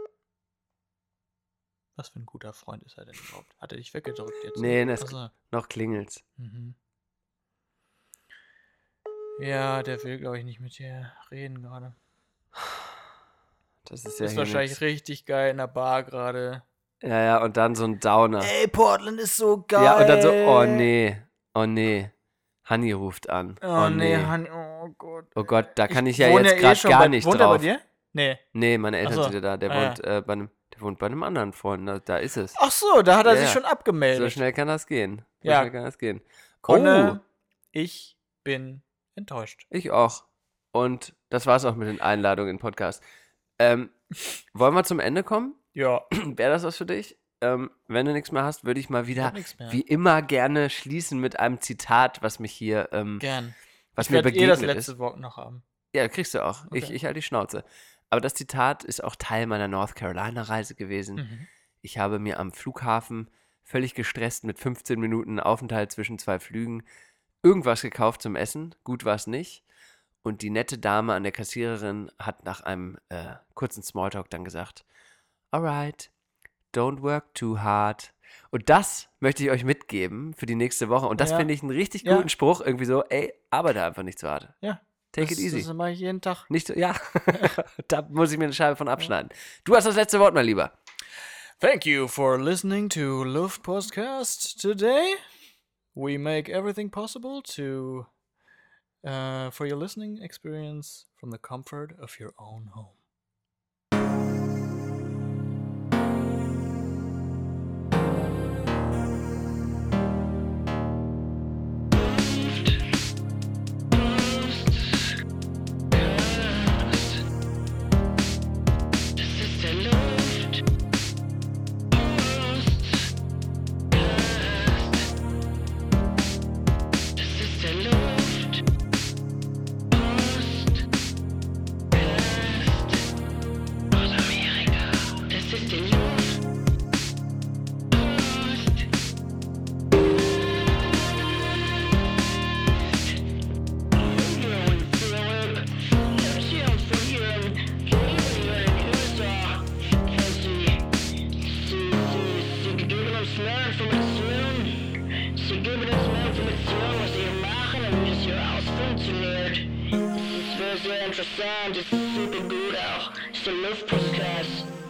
Was für ein guter Freund ist er denn überhaupt? Hat er dich weggedrückt jetzt? Nee, noch klingelt's. Mhm. Ja, der will, glaube ich, nicht mit dir reden gerade. Das ist ja ist wahrscheinlich richtig geil in der Bar gerade. Ja, und dann so ein Downer. Ey, Portland ist so geil. Ja, und dann so, oh nee. Hanni ruft an. Oh nee, Hanni, oh Gott. Oh Gott, da kann ich ja jetzt gerade gar nicht drauf. drauf. Wohnt er bei dir? Nee. Nee, meine Eltern sind ja da. Der wohnt bei einem anderen Freund. Da ist es. Ach so, da hat er sich schon abgemeldet. So schnell kann das gehen. Conne, ich bin enttäuscht. Ich auch. Und das war's auch mit den Einladungen in den Podcast. Wollen wir zum Ende kommen? Ja. Wäre das was für dich? Wenn du nichts mehr hast, würde ich mal wieder wie immer gerne schließen mit einem Zitat, was mich hier Gern. Was mir begegnet das letzte Wort noch haben. Ja, kriegst du auch. Okay. Ich halte die Schnauze. Aber das Zitat ist auch Teil meiner North Carolina-Reise gewesen. Mhm. Ich habe mir am Flughafen völlig gestresst mit 15 Minuten Aufenthalt zwischen 2 Flügen irgendwas gekauft zum Essen. Gut war es nicht. Und die nette Dame an der Kassiererin hat nach einem kurzen Smalltalk dann gesagt, alright, don't work too hard. Und das möchte ich euch mitgeben für die nächste Woche. Und das finde ich einen richtig guten Spruch. Irgendwie so, ey, arbeite einfach nicht zu hart. Ja. Take it easy. Das mache ich jeden Tag. Nicht so, ja, da muss ich mir eine Scheibe von abschneiden. Du hast das letzte Wort, mein Lieber. Thank you for listening to Luft Podcast today. We make everything possible to for your listening experience from the comfort of your own home. Interessant, ist super gut auch. Ist der Luftpostcast.